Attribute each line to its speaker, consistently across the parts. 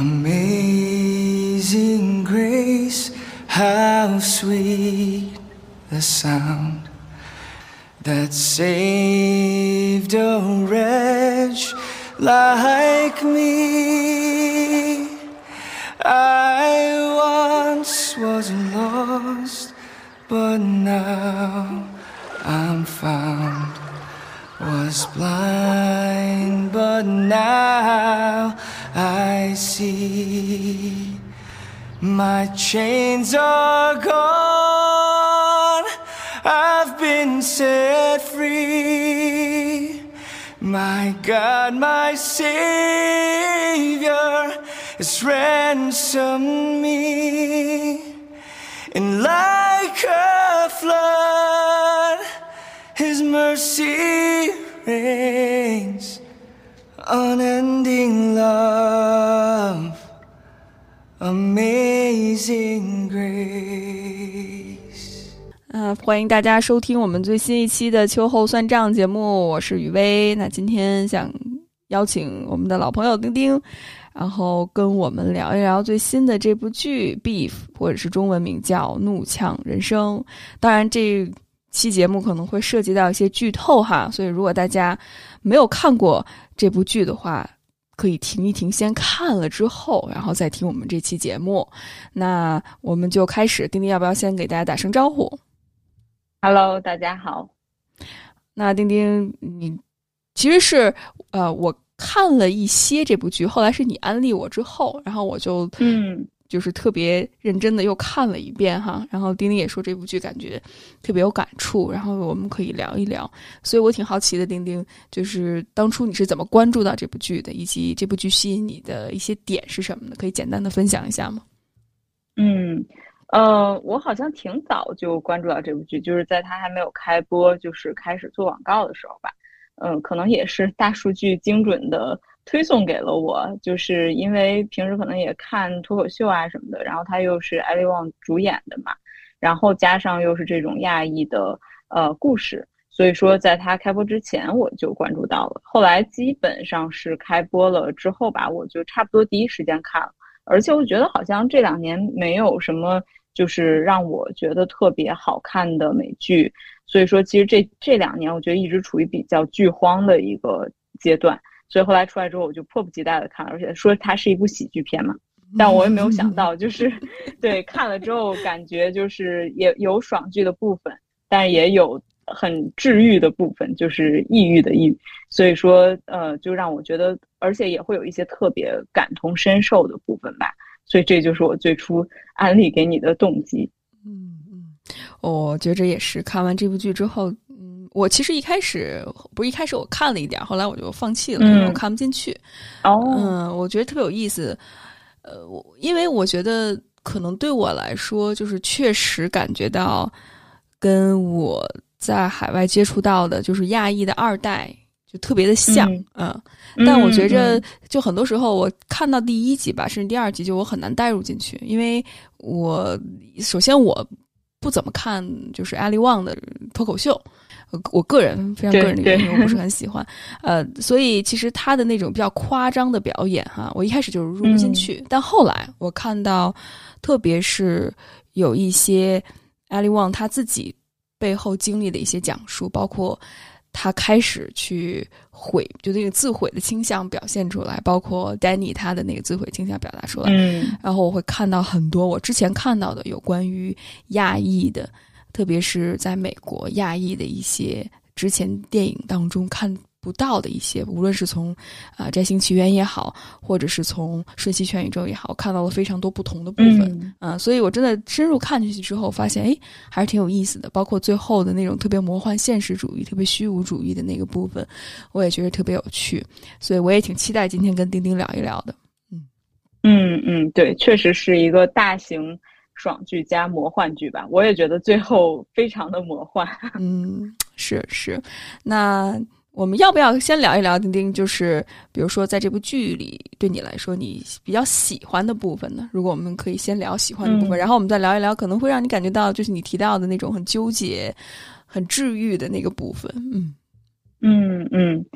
Speaker 1: Amazing grace, how sweet the sound that saved a wretch like me. I once was lost, but now I'm found. Was blind, but now I see. My chains are gone, I've been set free. My God, my Savior has ransomed me. And like a flood, His mercy reigns, unending love, amazing grace。
Speaker 2: 欢迎大家收听我们最新一期的秋后算账节目，我是雨薇。那今天想邀请我们的老朋友丁丁，然后跟我们聊一聊最新的这部剧 Beef， 或者是中文名叫怒呛人生。当然这期节目可能会涉及到一些剧透哈，所以如果大家没有看过这部剧的话，可以停一停，先看了之后然后再听我们这期节目。那我们就开始，丁丁要不要先给大家打声招呼？
Speaker 3: Hello， 大家好。
Speaker 2: 那丁丁你其实是我看了一些这部剧，后来是你安利我之后，然后我就就是特别认真的又看了一遍哈，然后丁丁也说这部剧感觉特别有感触，然后我们可以聊一聊。所以我挺好奇的，丁丁就是当初你是怎么关注到这部剧的，以及这部剧吸引你的一些点是什么的，可以简单的分享一下吗？
Speaker 3: 我好像挺早就关注到这部剧，就是在它还没有开播，就是开始做广告的时候吧。可能也是大数据精准的推送给了我，就是因为平时可能也看脱口秀啊什么的，然后它又是艾利旺主演的嘛，然后加上又是这种亚裔的故事，所以说在它开播之前我就关注到了。后来基本上是开播了之后吧，我就差不多第一时间看了，而且我觉得好像这2年没有什么就是让我觉得特别好看的美剧，所以说其实这2年我觉得一直处于比较剧荒的一个阶段，所以后来出来之后我就迫不及待的看了，而且说它是一部喜剧片嘛，但我也没有想到就是对，看了之后感觉就是也有爽剧的部分，但是也有很治愈的部分，就是抑郁的抑郁，所以说就让我觉得，而且也会有一些特别感同身受的部分吧，所以这就是我最初安利给你的动机。
Speaker 2: 我觉得这也是看完这部剧之后，我其实一开始我看了一点，后来我就放弃了，因为我看不进去。我觉得特别有意思。因为我觉得可能对我来说，就是确实感觉到跟我在海外接触到的，就是亚裔的2代就特别的像。但我觉着就很多时候我看到第1集吧，甚至第2集，就我很难带入进去，因为首先我不怎么看就是艾利旺的脱口秀，我个人非常个人的原因，我不是很喜欢。所以其实他的那种比较夸张的表演哈，我一开始就是入不进去。但后来我看到，特别是有一些艾利旺他自己背后经历的一些讲述，包括他开始去毁，就那个自毁的倾向表现出来，包括 Danny 他的那个自毁倾向表达出来。然后我会看到很多我之前看到的有关于亚裔的，特别是在美国亚裔的一些之前电影当中看不到的一些，无论是从摘星奇缘也好，或者是从瞬息全宇宙也好，看到了非常多不同的部分。所以我真的深入看进去之后发现还是挺有意思的，包括最后的那种特别魔幻现实主义特别虚无主义的那个部分，我也觉得特别有趣，所以我也挺期待今天跟丁丁聊一聊的。
Speaker 3: 对，确实是一个大型爽剧加魔幻剧吧，我也觉得最后非常的魔幻。
Speaker 2: 是。那我们要不要先聊一聊丁丁，就是比如说在这部剧里对你来说你比较喜欢的部分呢？如果我们可以先聊喜欢的部分，然后我们再聊一聊可能会让你感觉到就是你提到的那种很纠结很治愈的那个部分。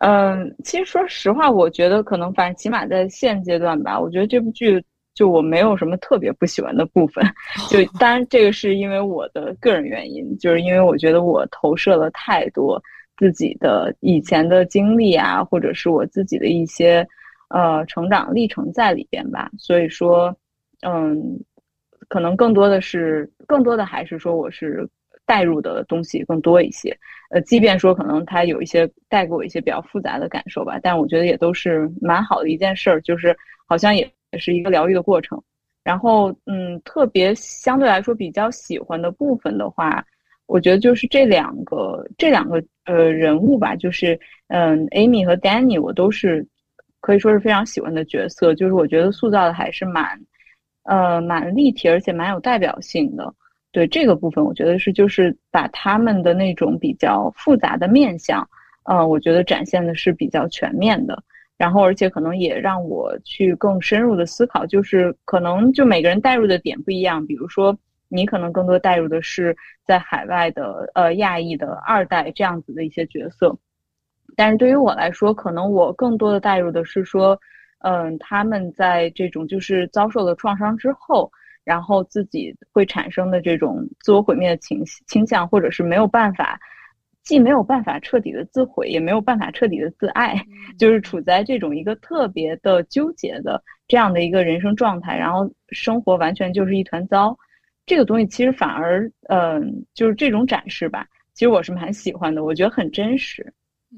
Speaker 3: 其实说实话，我觉得可能反正起码在现阶段吧，我觉得这部剧就我没有什么特别不喜欢的部分。就当然这个是因为我的个人原因，就是因为我觉得我投射了太多自己的以前的经历啊，或者是我自己的一些成长历程在里边吧。所以说，可能更多的还是说我是带入的东西更多一些。即便说可能它有一些带给我一些比较复杂的感受吧，但我觉得也都是蛮好的一件事儿，就是好像也是一个疗愈的过程。然后特别相对来说比较喜欢的部分的话，我觉得就是这两个人物吧，就是Amy 和 Danny， 我都是可以说是非常喜欢的角色，就是我觉得塑造的还是蛮立体，而且蛮有代表性的。对这个部分，我觉得就是把他们的那种比较复杂的面相，我觉得展现的是比较全面的。然后，而且可能也让我去更深入的思考，就是可能就每个人带入的点不一样。比如说，你可能更多带入的是在海外的亚裔的二代这样子的一些角色，但是对于我来说，可能我更多的带入的是说，他们在这种就是遭受了创伤之后。然后自己会产生的这种自我毁灭的倾向，或者是既没有办法彻底的自毁，也没有办法彻底的自爱，就是处在这种一个特别的纠结的这样的一个人生状态，然后生活完全就是一团糟。这个东西其实反而就是这种展示吧，其实我是蛮喜欢的，我觉得很真实。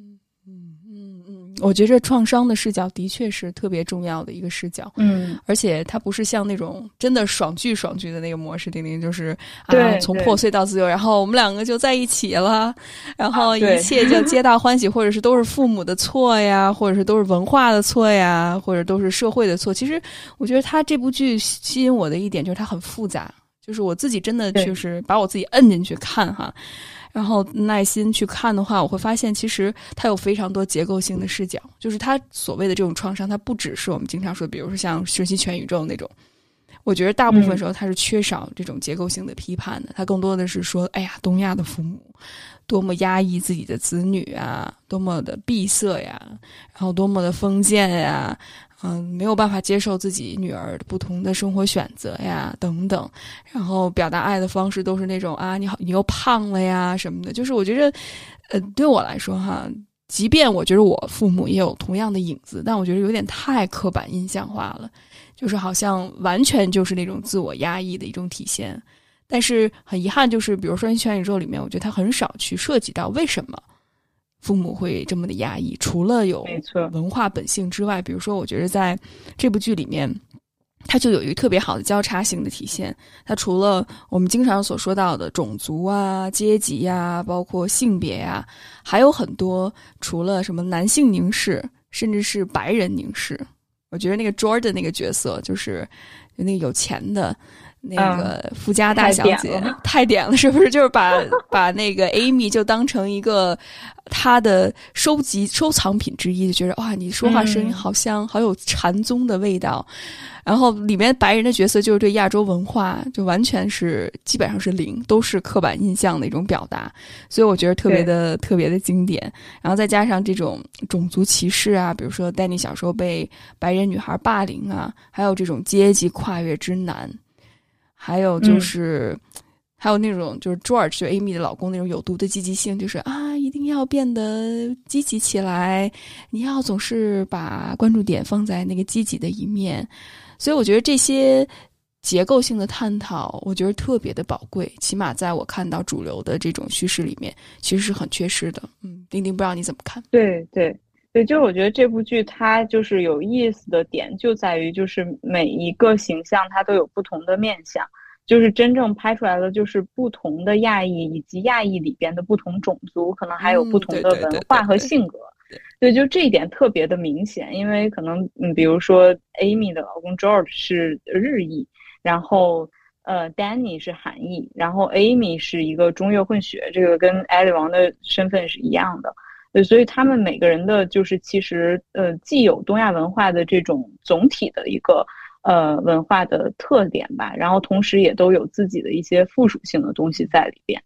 Speaker 2: 我觉着创伤的视角的确是特别重要的一个视角，而且它不是像那种真的爽剧的那个模式，丁丁就是从破碎到自由，然后我们两个就在一起了，然后一切就皆大欢喜，或者是都是父母的错呀，或者是都是文化的错呀，或者都是社会的错。其实我觉得他这部剧吸引我的一点就是它很复杂，就是我自己真的就是把我自己摁进去看哈。然后耐心去看的话，我会发现其实它有非常多结构性的视角，就是它所谓的这种创伤，它不只是我们经常说，比如说像瞬息全宇宙那种，我觉得大部分时候它是缺少这种结构性的批判的，它更多的是说，哎呀，东亚的父母多么压抑自己的子女啊，多么的闭塞呀，然后多么的封建呀，没有办法接受自己女儿不同的生活选择呀，等等，然后表达爱的方式都是那种啊，你好，你又胖了呀什么的。就是我觉得，对我来说哈，即便我觉得我父母也有同样的影子，但我觉得有点太刻板印象化了，就是好像完全就是那种自我压抑的一种体现。但是很遗憾，就是比如说《全宇宙》里面，我觉得它很少去涉及到为什么父母会这么的压抑，除了有文化本性之外，比如说我觉得在这部剧里面它就有一个特别好的交叉性的体现，它除了我们经常所说到的种族啊、阶级啊，包括性别啊，还有很多除了什么男性凝视，甚至是白人凝视。我觉得那个 Jordan 那个角色就是那个有钱的那个富家大小姐，太点了，是不是？就是把那个 Amy 就当成一个她的收藏品之一，就觉得哇，你说话声音好像好有禅宗的味道。然后里面白人的角色就是对亚洲文化就完全是基本上是零，都是刻板印象的一种表达，所以我觉得特别的经典。然后再加上这种种族歧视啊，比如说Danny小时候被白人女孩霸凌啊，还有这种阶级跨越之难，还有就是还有那种就是 George 就 Amy 的老公那种有毒的积极性，就是啊一定要变得积极起来，你要总是把关注点放在那个积极的一面。所以我觉得这些结构性的探讨我觉得特别的宝贵，起码在我看到主流的这种叙事里面其实是很缺失的。丁丁不知道你怎么看？
Speaker 3: 对，就是我觉得这部剧它就是有意思的点就在于就是每一个形象它都有不同的面相，就是真正拍出来了就是不同的亚裔以及亚裔里边的不同种族，可能还有不同的文化和性格。对，就这一点特别的明显，因为可能比如说 Amy 的老公 George 是日裔，然后Danny 是韩裔，然后 Amy 是一个中越混血，这个跟艾利王的身份是一样的。对，所以他们每个人的就是其实既有东亚文化的这种总体的一个文化的特点吧，然后同时也都有自己的一些附属性的东西在里边。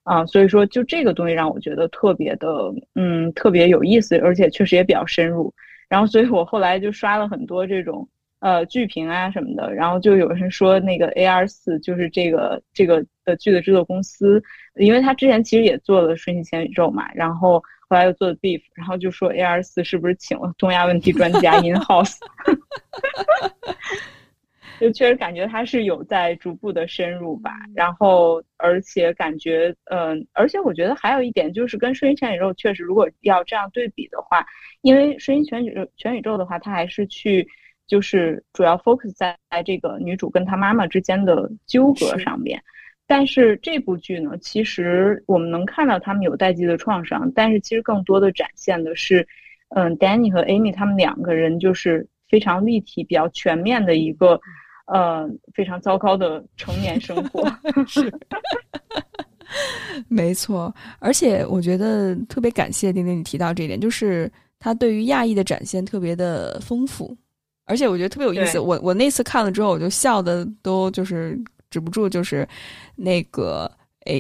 Speaker 3: 所以说就这个东西让我觉得特别的特别有意思，而且确实也比较深入。然后所以我后来就刷了很多这种剧评啊什么的，然后就有人说那个 A24就是这个剧的制作公司，因为他之前其实也做了瞬息全宇宙嘛，然后后来又做了 Beef， 然后就说 A24是不是请了东亚问题专家 in house 就确实感觉他是有在逐步的深入吧，然后而且感觉而且我觉得还有一点就是跟瞬息全宇宙确实如果要这样对比的话，因为瞬息全宇宙的话它还是去就是主要 focus 在这个女主跟她妈妈之间的纠葛上面，但是这部剧呢其实我们能看到他们有代际的创伤，但是其实更多的展现的是Danny 和 Amy 他们两个人就是非常立体比较全面的一个非常糟糕的成年生活
Speaker 2: 是没错，而且我觉得特别感谢丁丁你提到这一点，就是他对于亚裔的展现特别的丰富，而且我觉得特别有意思。我那次看了之后，我就笑的都就是止不住，就是那个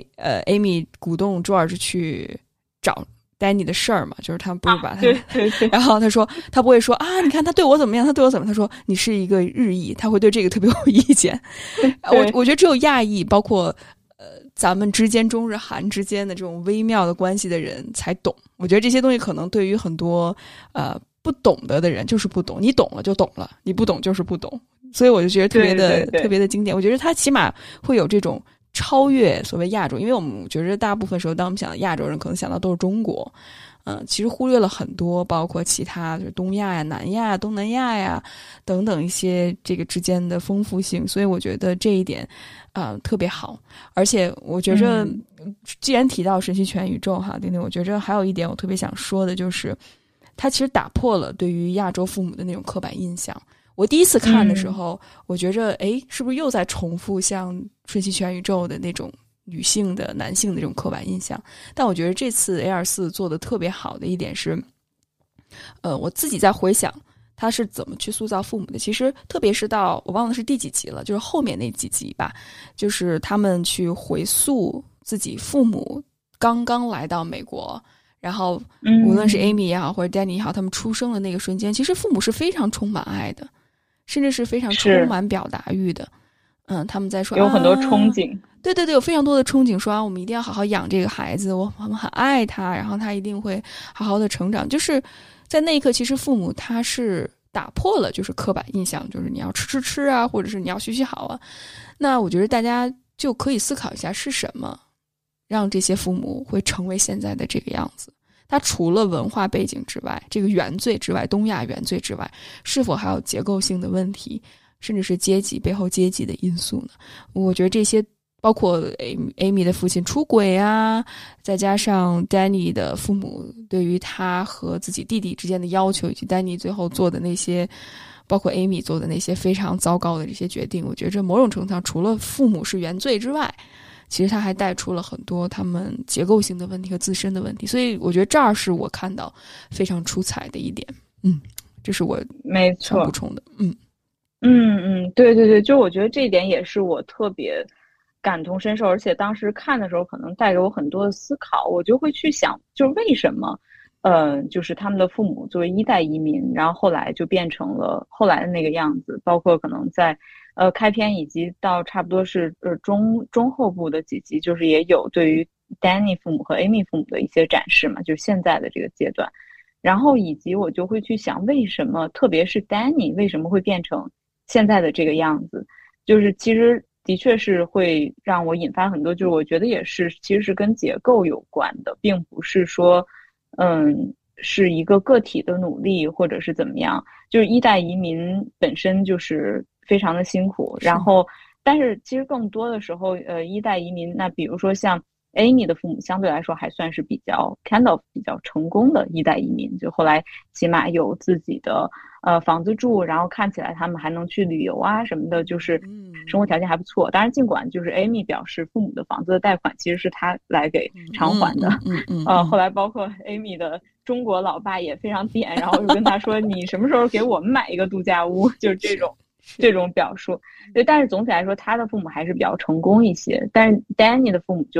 Speaker 2: Amy 鼓动 George 去找Danny 的事儿嘛，就是他不是把他，
Speaker 3: 对
Speaker 2: 然后他说他不会说啊，你看他对我怎么样，他对我怎么样，他说你是一个日裔，他会对这个特别有意见。我觉得只有亚裔，包括咱们之间中日韩之间的这种微妙的关系的人才懂。我觉得这些东西可能对于很多不懂的人就是不懂，你懂了就懂了，你不懂就是不懂。所以我就觉得特别的特别的经典。我觉得他起码会有这种超越所谓亚洲，因为我们觉得大部分时候当我们想到亚洲人可能想到都是中国，其实忽略了很多包括其他就是东亚呀、南亚呀、东南亚呀等等一些这个之间的丰富性，所以我觉得这一点特别好。而且我觉着既然提到神奇全宇宙哈，丁丁，我觉着还有一点我特别想说的就是它其实打破了对于亚洲父母的那种刻板印象。我第一次看的时候我觉着是不是又在重复像瞬息全宇宙的那种女性的男性的这种刻板印象，但我觉得这次 A24 做的特别好的一点是我自己在回想他是怎么去塑造父母的。其实特别是到我忘了是第几集了，就是后面那几集吧，就是他们去回溯自己父母刚刚来到美国，然后无论是 Amy 也好或者 Danny 也好，他们出生的那个瞬间，其实父母是非常充满爱的，甚至是非常充满表达欲的。他们在说
Speaker 3: 有很多憧憬，
Speaker 2: 对对对，有非常多的憧憬，说我们一定要好好养这个孩子，我们很爱他，然后他一定会好好的成长。就是在那一刻，其实父母他是打破了就是刻板印象，就是你要吃啊，或者是你要学好啊。那我觉得大家就可以思考一下，是什么让这些父母会成为现在的这个样子？他除了文化背景之外，这个原罪之外，东亚原罪之外，是否还有结构性的问题，甚至是阶级背后阶级的因素呢？我觉得这些包括 Amy 的父亲出轨啊，再加上 Danny 的父母对于他和自己弟弟之间的要求，以及 Danny 最后做的那些，包括 Amy 做的那些非常糟糕的这些决定，我觉得这某种程度上除了父母是原罪之外，其实他还带出了很多他们结构性的问题和自身的问题，所以我觉得这儿是我看到非常出彩的一点。这是我想补充的。
Speaker 3: 对对对，就我觉得这一点也是我特别感同身受，而且当时看的时候可能带给我很多的思考，我就会去想，就是为什么就是他们的父母作为一代移民，然后后来就变成了后来的那个样子，包括可能在开篇以及到差不多是中后部的几集，就是也有对于 Danny 父母和 Amy 父母的一些展示嘛，就是现在的这个阶段，然后以及我就会去想为什么特别是 Danny 为什么会变成现在的这个样子，就是其实的确是会让我引发很多，就是我觉得也是其实是跟结构有关的，并不是说是一个个体的努力或者是怎么样，就是一代移民本身就是非常的辛苦，然后但是其实更多的时候一代移民，那比如说像 Amy 的父母相对来说还算是比较 kind of 比较成功的一代移民，就后来起码有自己的房子住，然后看起来他们还能去旅游啊什么的，就是生活条件还不错。当然尽管就是 Amy 表示父母的房子的贷款其实是他来给偿还的，后来包括 Amy 的中国老爸也非常点，然后就跟他说你什么时候给我们买一个度假屋，就是这种表述。对，但是总体来说他的父母还是比较成功一些，但是 Danny 的父母就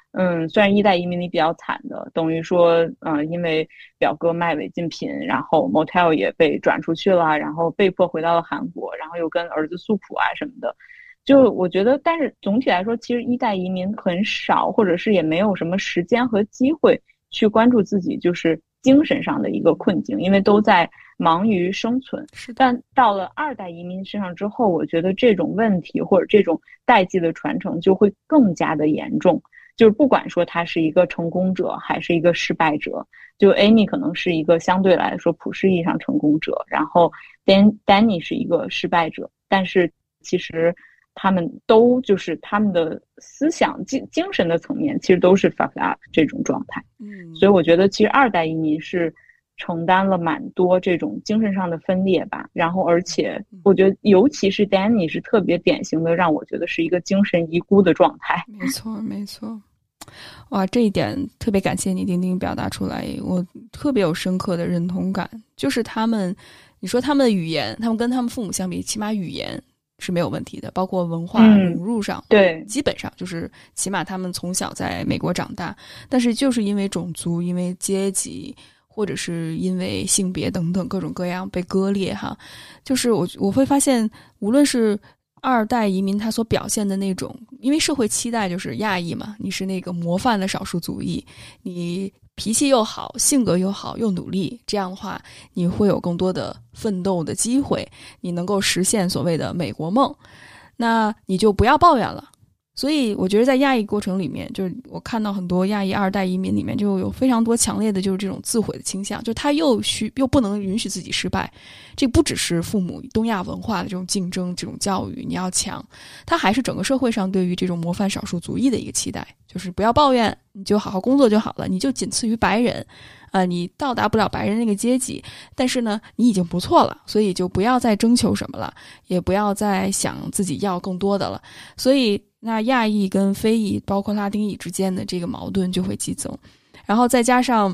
Speaker 3: 虽然一代移民里比较惨的，等于说因为表哥卖违禁品，然后 motel 也被转出去了，然后被迫回到了韩国，然后又跟儿子诉苦啊什么的。就我觉得，但是总体来说，其实一代移民很少，或者是也没有什么时间和机会去关注自己就是精神上的一个困境，因为都在忙于生存。但到了二代移民身上之后，我觉得这种问题或者这种代际的传承就会更加的严重。就是不管说他是一个成功者还是一个失败者，就 Amy 可能是一个相对来说普世意义上成功者，然后 Danny 是一个失败者，但是其实他们都就是他们的思想精神的层面其实都是 fucked up 这种状态。所以我觉得其实二代移民是承担了蛮多这种精神上的分裂吧，然后而且我觉得尤其是 Danny 是特别典型的，让我觉得是一个精神遗孤的状态。
Speaker 2: 没错没错，哇，这一点特别感谢你丁丁表达出来，我特别有深刻的认同感。就是他们，你说他们的语言，他们跟他们父母相比，起码语言是没有问题的，包括文化融入上，
Speaker 3: 对，
Speaker 2: 基本上就是起码他们从小在美国长大，但是就是因为种族、因为阶级，或者是因为性别等等各种各样被割裂哈，就是我会发现，无论是二代移民他所表现的那种，因为社会期待就是亚裔嘛，你是那个模范的少数族裔，你脾气又好，性格又好，又努力，这样的话你会有更多的奋斗的机会，你能够实现所谓的美国梦，那你就不要抱怨了。所以我觉得在亚裔过程里面，就是我看到很多亚裔二代移民里面就有非常多强烈的就是这种自毁的倾向，就他又不能允许自己失败，这不只是父母东亚文化的这种竞争这种教育你要强，他还是整个社会上对于这种模范少数族裔的一个期待，就是不要抱怨，你就好好工作就好了，你就仅次于白人你到达不了白人那个阶级，但是呢你已经不错了，所以就不要再征求什么了，也不要再想自己要更多的了。所以那亚裔跟非裔包括拉丁裔之间的这个矛盾就会激增，然后再加上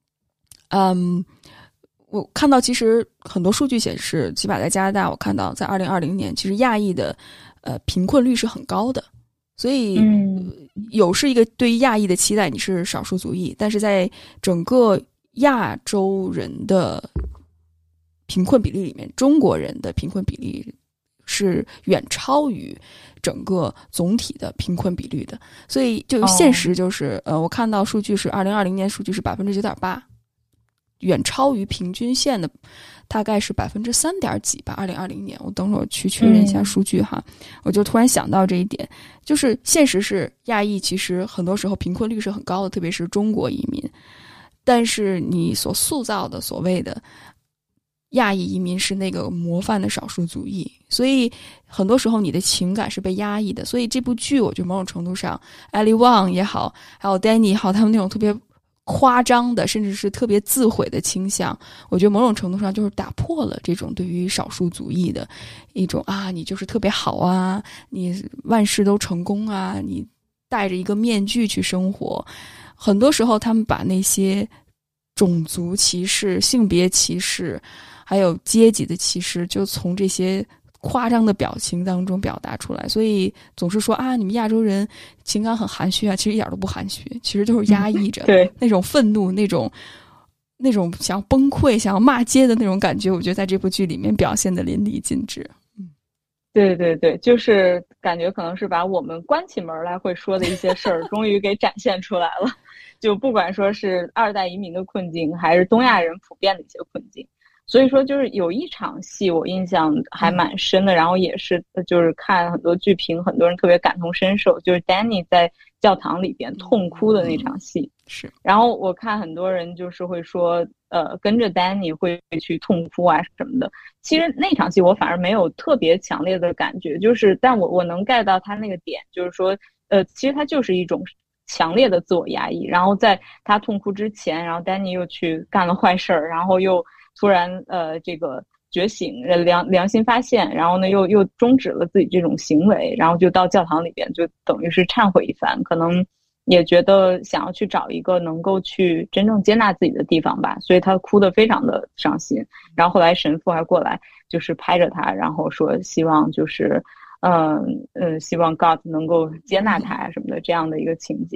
Speaker 2: 我看到其实很多数据显示，起码在加拿大我看到在2020年其实亚裔的贫困率是很高的，所以有是一个对于亚裔的期待，你是少数族裔，但是在整个亚洲人的贫困比例里面，中国人的贫困比例是远超于整个总体的贫困比率的，所以就现实就是我看到数据是2020年数据是 9.8%， 远超于平均线的大概是3点几吧，2020年我等会儿去确认一下数据哈，我就突然想到这一点，就是现实是亚裔其实很多时候贫困率是很高的，特别是中国移民，但是你所塑造的所谓的亚裔移民是那个模范的少数族裔，所以很多时候你的情感是被压抑的。所以这部剧我觉得某种程度上 Ellie Wang 也好，还有 Danny 也好，他们那种特别夸张的甚至是特别自毁的倾向，我觉得某种程度上就是打破了这种对于少数族裔的一种你就是特别好啊，你万事都成功啊，你戴着一个面具去生活。很多时候他们把那些种族歧视、性别歧视还有阶级的歧视就从这些夸张的表情当中表达出来，所以总是说你们亚洲人情感很含蓄其实一点都不含蓄，其实都是压抑着
Speaker 3: 对
Speaker 2: 那种愤怒，那种想要崩溃想要骂街的那种感觉，我觉得在这部剧里面表现的淋漓尽致。
Speaker 3: 对对对，就是感觉可能是把我们关起门来会说的一些事儿终于给展现出来了，就不管说是二代移民的困境还是东亚人普遍的一些困境。所以说就是有一场戏我印象还蛮深的，然后也是就是看很多剧评很多人特别感同身受，就是 Danny 在教堂里边痛哭的那场戏。
Speaker 2: 是，
Speaker 3: 然后我看很多人就是会说跟着 Danny 会去痛哭什么的，其实那场戏我反而没有特别强烈的感觉，就是但我能 get 到他那个点，就是说其实他就是一种强烈的自我压抑，然后在他痛哭之前，然后 Danny 又去干了坏事儿，然后又突然这个觉醒，良心发现，然后呢又终止了自己这种行为，然后就到教堂里边就等于是忏悔一番，可能也觉得想要去找一个能够去真正接纳自己的地方吧，所以他哭得非常的伤心。然后后来神父还过来就是拍着他，然后说希望就是希望 God 能够接纳他什么的这样的一个情节。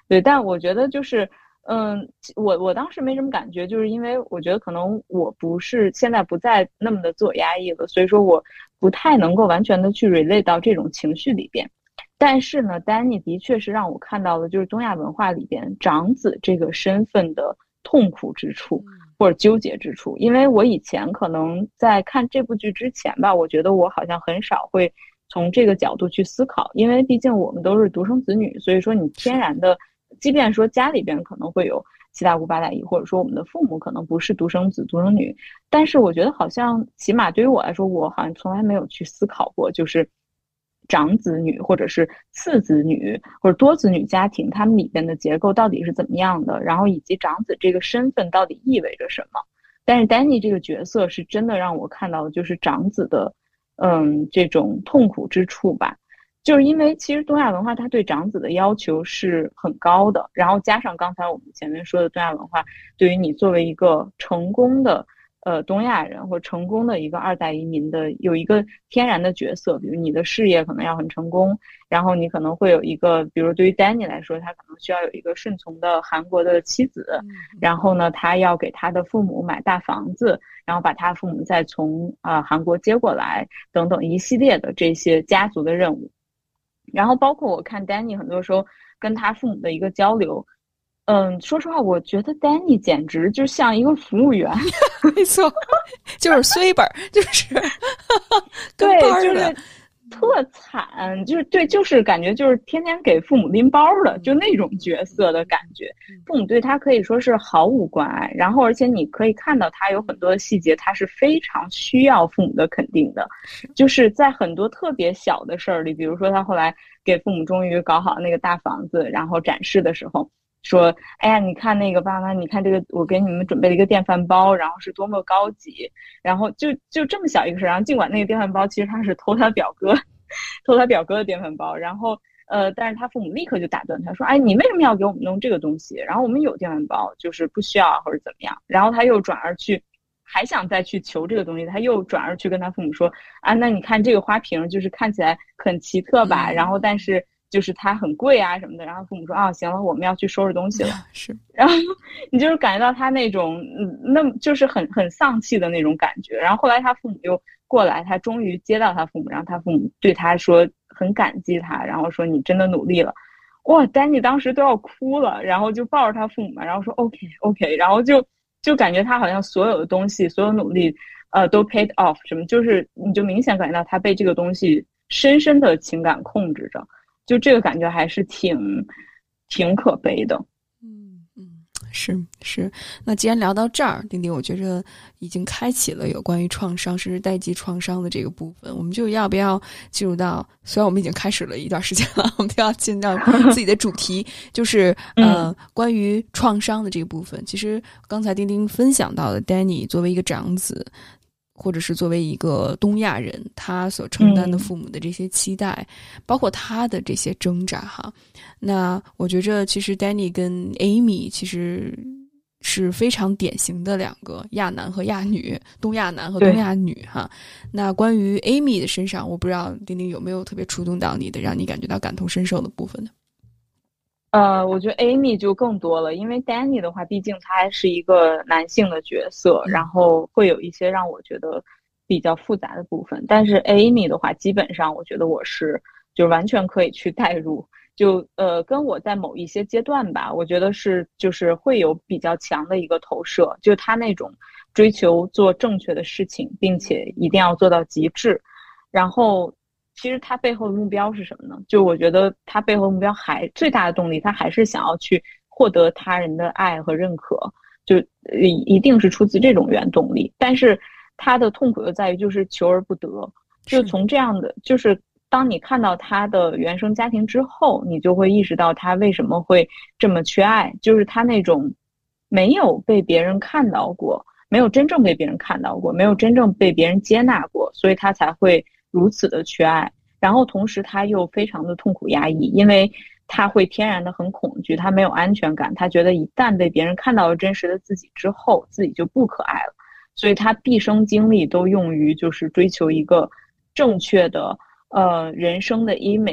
Speaker 3: 对，但我觉得就是，我当时没什么感觉，就是因为我觉得可能我不是现在不再那么的自我压抑了，所以说我不太能够完全的去 relate 到这种情绪里边。但是呢，丹尼的确是让我看到了，就是东亚文化里边长子这个身份的痛苦之处或者纠结之处。因为我以前可能在看这部剧之前吧，我觉得我好像很少会从这个角度去思考，因为毕竟我们都是独生子女，所以说你天然的，即便说家里边可能会有七大姑八大姨，或者说我们的父母可能不是独生子独生女，但是我觉得好像起码对于我来说，我好像从来没有去思考过，就是长子女或者是次子女或者多子女家庭，他们里边的结构到底是怎么样的，然后以及长子这个身份到底意味着什么。但是丹尼这个角色是真的让我看到的就是长子的这种痛苦之处吧。就是因为其实东亚文化它对长子的要求是很高的，然后加上刚才我们前面说的东亚文化对于你作为一个成功的东亚人或成功的一个二代移民的有一个天然的角色，比如你的事业可能要很成功，然后你可能会有一个，比如对于丹尼来说，他可能需要有一个顺从的韩国的妻子，然后呢，他要给他的父母买大房子，然后把他父母再从韩国接过来，等等一系列的这些家族的任务。然后包括我看丹尼很多时候跟他父母的一个交流。说实话，我觉得丹尼简直就像一个服务员，
Speaker 2: 没错，就是衰本，就是
Speaker 3: 对，就是特惨，就是对，就是感觉就是天天给父母拎包的，就那种角色的感觉。父母对他可以说是毫无关爱，然后而且你可以看到他有很多的细节，他是非常需要父母的肯定的，就是在很多特别小的事儿里，比如说他后来给父母终于搞好那个大房子，然后展示的时候。说，哎呀，你看那个爸妈，你看这个，我给你们准备了一个电饭煲，然后是多么高级，然后就这么小一个事，然后尽管那个电饭煲其实他是偷他表哥的电饭煲，然后但是他父母立刻就打断他说，哎，你为什么要给我们弄这个东西？然后我们有电饭煲，就是不需要或者怎么样。然后他又转而去还想再去求这个东西，他又转而去跟他父母说，啊，那你看这个花瓶就是看起来很奇特吧，然后但是。就是它很贵啊什么的，然后父母说啊，行了，我们要去收拾东西了。
Speaker 2: 是，
Speaker 3: 然后你就是感觉到他那种，那就是很丧气的那种感觉。然后后来他父母又过来，他终于接到他父母，然后他父母对他说很感激他，然后说你真的努力了。哇，丹尼当时都要哭了，然后就抱着他父母嘛，然后说 OK， 然后就感觉他好像所有的东西，所有努力，都 paid off， 什么就是你就明显感觉到他被这个东西深深的情感控制着。就这个感觉还是挺可悲的。
Speaker 2: 是。那既然聊到这儿，丁丁，我觉着已经开启了有关于创伤甚至代际创伤的这个部分，我们就要不要进入到，虽然我们已经开始了一段时间了，我们都要进到自己的主题，就是关于创伤的这个部分。其实刚才丁丁分享到的 Danny 作为一个长子，或者是作为一个东亚人，他所承担的父母的这些期待，包括他的这些挣扎哈。那我觉着其实 Danny 跟 Amy 其实是非常典型的两个亚男和亚女，东亚男和东亚女哈。那关于 Amy 的身上，我不知道丁丁有没有特别触动到你的，让你感觉到感同身受的部分呢？
Speaker 3: 我觉得 Amy 就更多了，因为 Danny 的话，毕竟他还是一个男性的角色，然后会有一些让我觉得比较复杂的部分。但是 Amy 的话，基本上我觉得我是就完全可以去代入，就跟我在某一些阶段吧，我觉得是就是会有比较强的一个投射，就他那种追求做正确的事情，并且一定要做到极致，然后。其实他背后的目标是什么呢？就我觉得他背后的目标最大的动力，他还是想要去获得他人的爱和认可，就一定是出自这种原动力。但是他的痛苦又在于就是求而不得，就从这样的就是当你看到他的原生家庭之后，你就会意识到他为什么会这么缺爱，就是他那种没有被别人看到过，没有真正被别人看到过，没有真正被别人接纳过，所以他才会如此的缺爱，然后同时他又非常的痛苦压抑，因为他会天然的很恐惧，他没有安全感，他觉得一旦被别人看到了真实的自己之后，自己就不可爱了，所以他毕生精力都用于就是追求一个正确的人生的 image，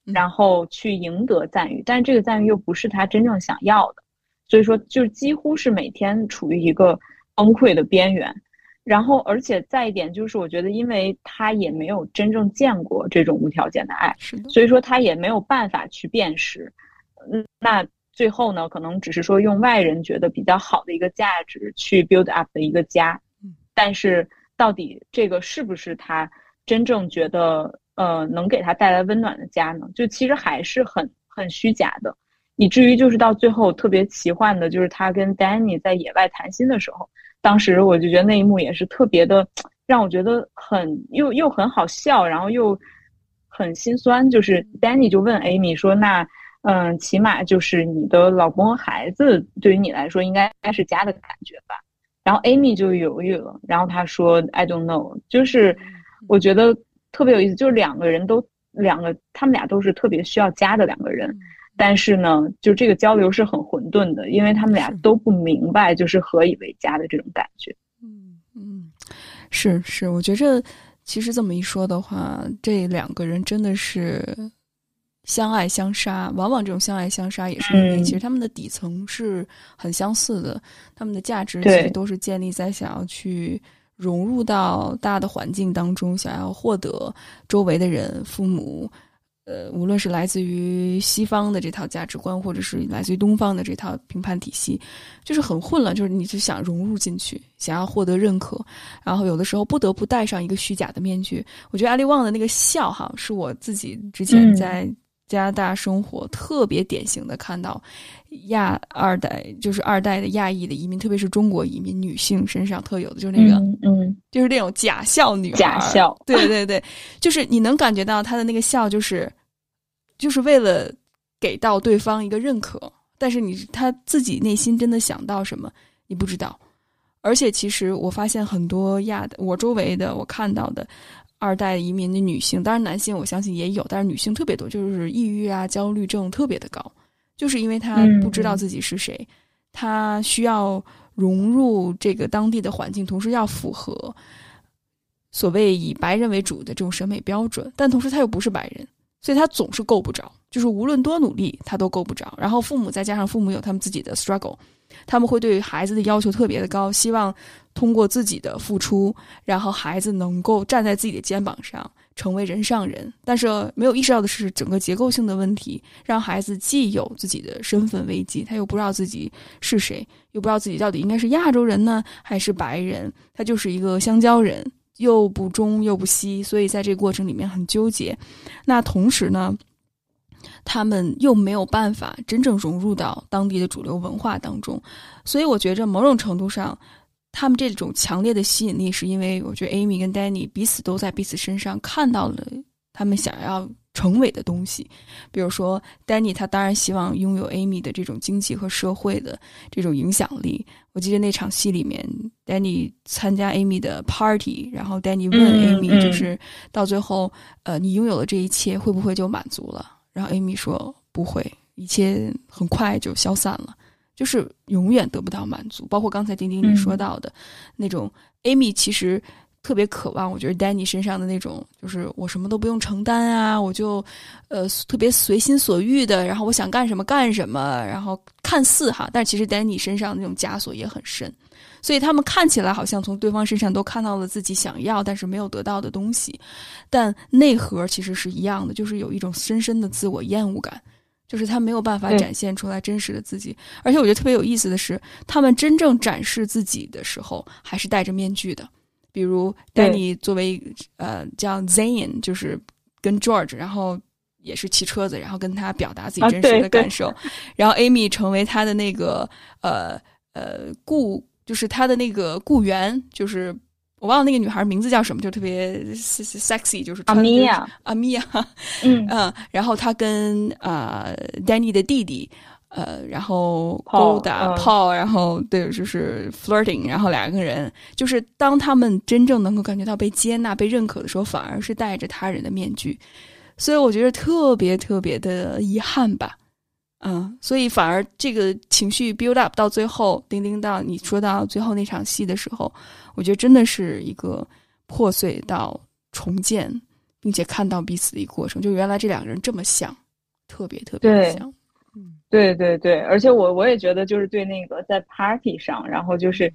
Speaker 3: 然后去赢得赞誉，但这个赞誉又不是他真正想要的，所以说就几乎是每天处于一个崩溃的边缘。然后而且再一点就是我觉得因为他也没有真正见过这种无条件的爱，所以说他也没有办法去辨识，那最后呢可能只是说用外人觉得比较好的一个价值去 build up 的一个家，但是到底这个是不是他真正觉得能给他带来温暖的家呢，就其实还是很虚假的，以至于就是到最后特别奇幻的就是他跟 Danny 在野外谈心的时候，当时我就觉得那一幕也是特别的让我觉得又很好笑，然后又很心酸，就是 Danny 就问 Amy 说那起码就是你的老公和孩子对于你来说应该是家的感觉吧，然后 Amy 就犹豫了，然后她说 I don't know， 就是我觉得特别有意思，就是他们俩都是特别需要家的两个人，但是呢就这个交流是很混沌的，因为他们俩都不明白就是何以为家的这种感觉。
Speaker 2: 是我觉着其实这么一说的话，这两个人真的是相爱相杀，往往这种相爱相杀也是因为其实他们的底层是很相似的，他们的价值其实都是建立在想要去融入到大的环境当中，想要获得周围的人父母无论是来自于西方的这套价值观或者是来自于东方的这套评判体系，就是很混乱，就是你就想融入进去，想要获得认可，然后有的时候不得不戴上一个虚假的面具。我觉得阿里旺的那个笑哈，是我自己之前在加拿大生活特别典型的看到二代的亚裔的移民，特别是中国移民女性身上特有的，就是那个就是那种假笑女孩，
Speaker 3: 假笑，
Speaker 2: 对，就是你能感觉到她的那个笑就是为了给到对方一个认可，但是他自己内心真的想到什么你不知道。而且其实我发现很多我周围的我看到的二代移民的女性，当然男性我相信也有，但是女性特别多，就是抑郁啊焦虑症特别的高，就是因为她不知道自己是谁，她需要融入这个当地的环境，同时要符合所谓以白人为主的这种审美标准，但同时她又不是白人，所以他总是够不着，就是无论多努力他都够不着。然后再加上父母有他们自己的 struggle， 他们会对孩子的要求特别的高，希望通过自己的付出，然后孩子能够站在自己的肩膀上成为人上人。但是没有意识到的是整个结构性的问题，让孩子既有自己的身份危机，他又不知道自己是谁，又不知道自己到底应该是亚洲人呢还是白人，他就是一个香蕉人，又不中又不西，所以在这个过程里面很纠结。那同时呢，他们又没有办法真正融入到当地的主流文化当中，所以我觉着某种程度上他们这种强烈的吸引力是因为我觉得 Amy 跟 Danny 彼此都在彼此身上看到了他们想要成为的东西。比如说 Danny 他当然希望拥有 Amy 的这种经济和社会的这种影响力，我记得那场戏里面 Danny 参加 Amy 的 party， 然后 Danny 问 Amy 就是到最后你拥有了这一切会不会就满足了，然后 Amy 说不会，一切很快就消散了，就是永远得不到满足。包括刚才丁丁你说到的那种 Amy 其实特别渴望，我觉得 Danny 身上的那种就是我什么都不用承担啊，我就特别随心所欲的，然后我想干什么干什么，然后看似但其实 Danny 身上那种枷锁也很深，所以他们看起来好像从对方身上都看到了自己想要但是没有得到的东西，但内核其实是一样的，就是有一种深深的自我厌恶感，就是他没有办法展现出来真实的自己。而且我觉得特别有意思的是，他们真正展示自己的时候还是戴着面具的。比如 Danny 作为叫 Zayn， 就是跟 George 然后也是骑车子，然后跟他表达自己真实的感受，然后 Amy 成为他的那个就是他的那个雇员，就是我忘了那个女孩名字叫什么，就特别 sexy， 就是阿米娅，然后他跟Danny 的弟弟然后勾搭 Paul， 然后对，就是 flirting， 然后两个人就是当他们真正能够感觉到被接纳被认可的时候，反而是戴着他人的面具，所以我觉得特别特别的遗憾吧。所以反而这个情绪 build up 到最后，丁丁到你说到最后那场戏的时候，我觉得真的是一个破碎到重建， 并且看到彼此的一个过程，就原来这两个人这么像，特别特别像。
Speaker 3: 对对对，而且我也觉得就是对那个在 party 上，然后就是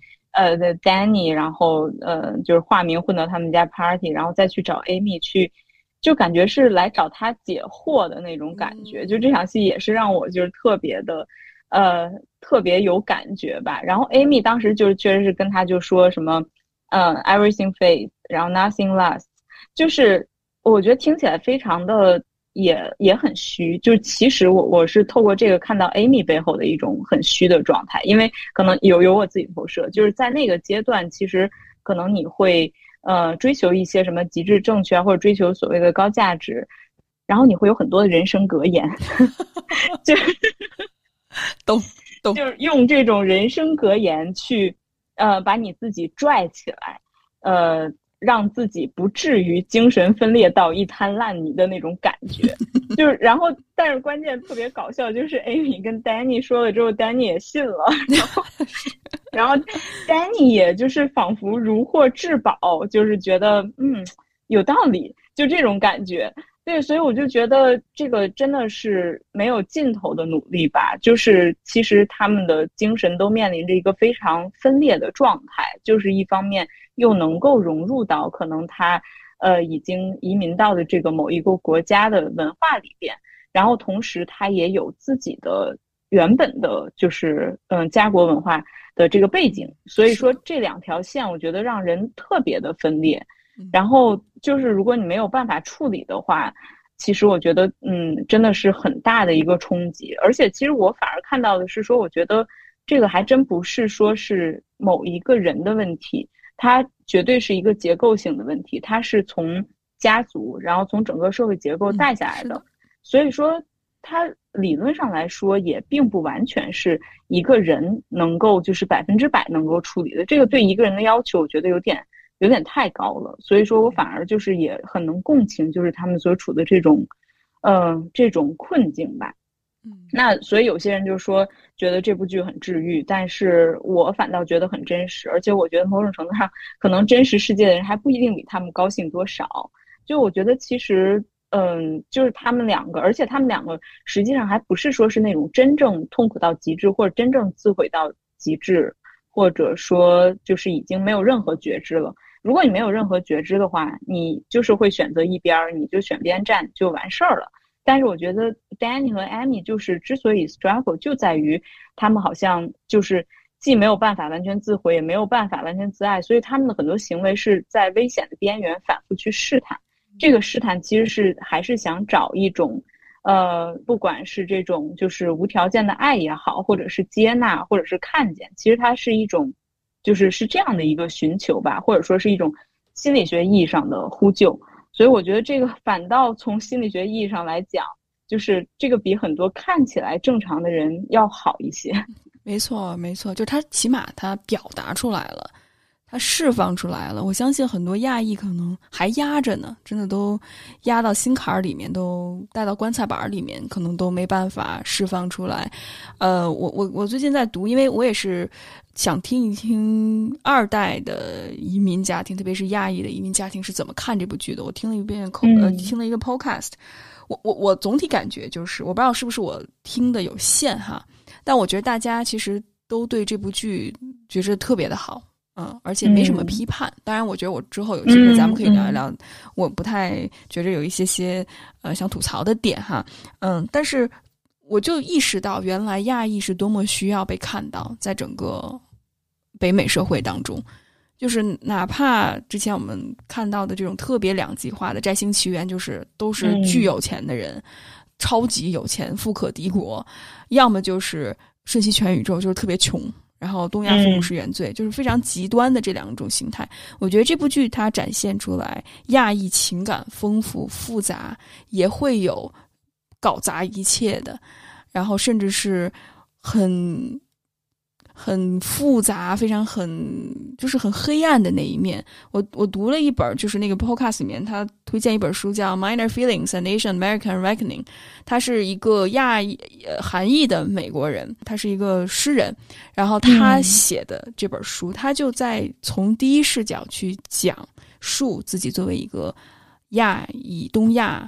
Speaker 3: Danny， 然后就是化名混到他们家 party， 然后再去找 Amy 去，就感觉是来找他解惑的那种感觉。就这场戏也是让我就是特别的特别有感觉吧。然后 Amy 当时就是确实是跟他就说什么everything fades， 然后 nothing lasts， 就是我觉得听起来非常的也很虚，就是其实我是透过这个看到 Amy 背后的一种很虚的状态，因为可能有我自己投射，就是在那个阶段，其实可能你会追求一些什么极致正确啊，或者追求所谓的高价值，然后你会有很多的人生格言，就是
Speaker 2: 懂，
Speaker 3: 就是用这种人生格言去把你自己拽起来，让自己不至于精神分裂到一滩烂泥的那种感觉，就是然后，但是关键特别搞笑，就是 Amy 跟 Danny 说了之后 ，Danny 也信了，然后 Danny 也就是仿佛如获至宝，就是觉得有道理，就这种感觉。对，所以我就觉得这个真的是没有尽头的努力吧，就是其实他们的精神都面临着一个非常分裂的状态，就是一方面又能够融入到可能他已经移民到的这个某一个国家的文化里边，然后同时他也有自己的原本的就是家国文化的这个背景，所以说这两条线我觉得让人特别的分裂。然后就是如果你没有办法处理的话，其实我觉得真的是很大的一个冲击。而且其实我反而看到的是说，我觉得这个还真不是说是某一个人的问题，它绝对是一个结构性的问题，它是从家族然后从整个社会结构带下来的。所以说它理论上来说也并不完全是一个人能够就是100%能够处理的，这个对一个人的要求我觉得有点太高了，所以说我反而就是也很能共情，就是他们所处的这种困境吧。那所以有些人就说觉得这部剧很治愈，但是我反倒觉得很真实，而且我觉得某种程度上可能真实世界的人还不一定比他们高兴多少。就我觉得其实就是他们两个，而且他们两个实际上还不是说是那种真正痛苦到极致或者真正自毁到极致，或者说就是已经没有任何觉知了。如果你没有任何觉知的话，你就是会选择一边，你就选边站就完事儿了。但是我觉得 Danny 和 Amy 就是之所以 struggle 就在于他们好像就是既没有办法完全自毁，也没有办法完全自爱，所以他们的很多行为是在危险的边缘反复去试探。这个试探其实是还是想找一种不管是这种就是无条件的爱也好，或者是接纳，或者是看见，其实它是一种是这样的一个寻求吧，或者说是一种心理学意义上的呼救。所以我觉得这个反倒从心理学意义上来讲，就是这个比很多看起来正常的人要好一些。
Speaker 2: 没错没错，就他起码他表达出来了，他释放出来了。我相信很多亚裔可能还压着呢，真的都压到心坎里面，都带到棺材板里面，可能都没办法释放出来。我最近在读，因为我也是想听一听2代的移民家庭，特别是亚裔的移民家庭是怎么看这部剧的。我听了一遍听了一个 podcast， 我总体感觉就是，我不知道是不是我听的有限哈，但我觉得大家其实都对这部剧觉得特别的好。而且没什么批判。当然我觉得我之后有机会咱们可以聊一聊，我不太觉得有一些想吐槽的点哈。但是我就意识到原来亚裔是多么需要被看到，在整个北美社会当中，就是哪怕之前我们看到的这种特别两极化的摘星奇缘，就是都是巨有钱的人，超级有钱富可敌国，要么就是瞬息全宇宙，就是特别穷，然后东亚父母是原罪，就是非常极端的这两种形态。我觉得这部剧它展现出来亚裔情感丰富复杂，也会有搞砸一切的，然后甚至是很复杂，非常就是很黑暗的那一面。我读了一本，就是那个 podcast 里面他推荐一本书叫 Minor Feelings and Asian American Reckoning， 他是一个韩裔的美国人，他是一个诗人，然后他写的这本书，他就在从第一视角去讲述自己作为一个东亚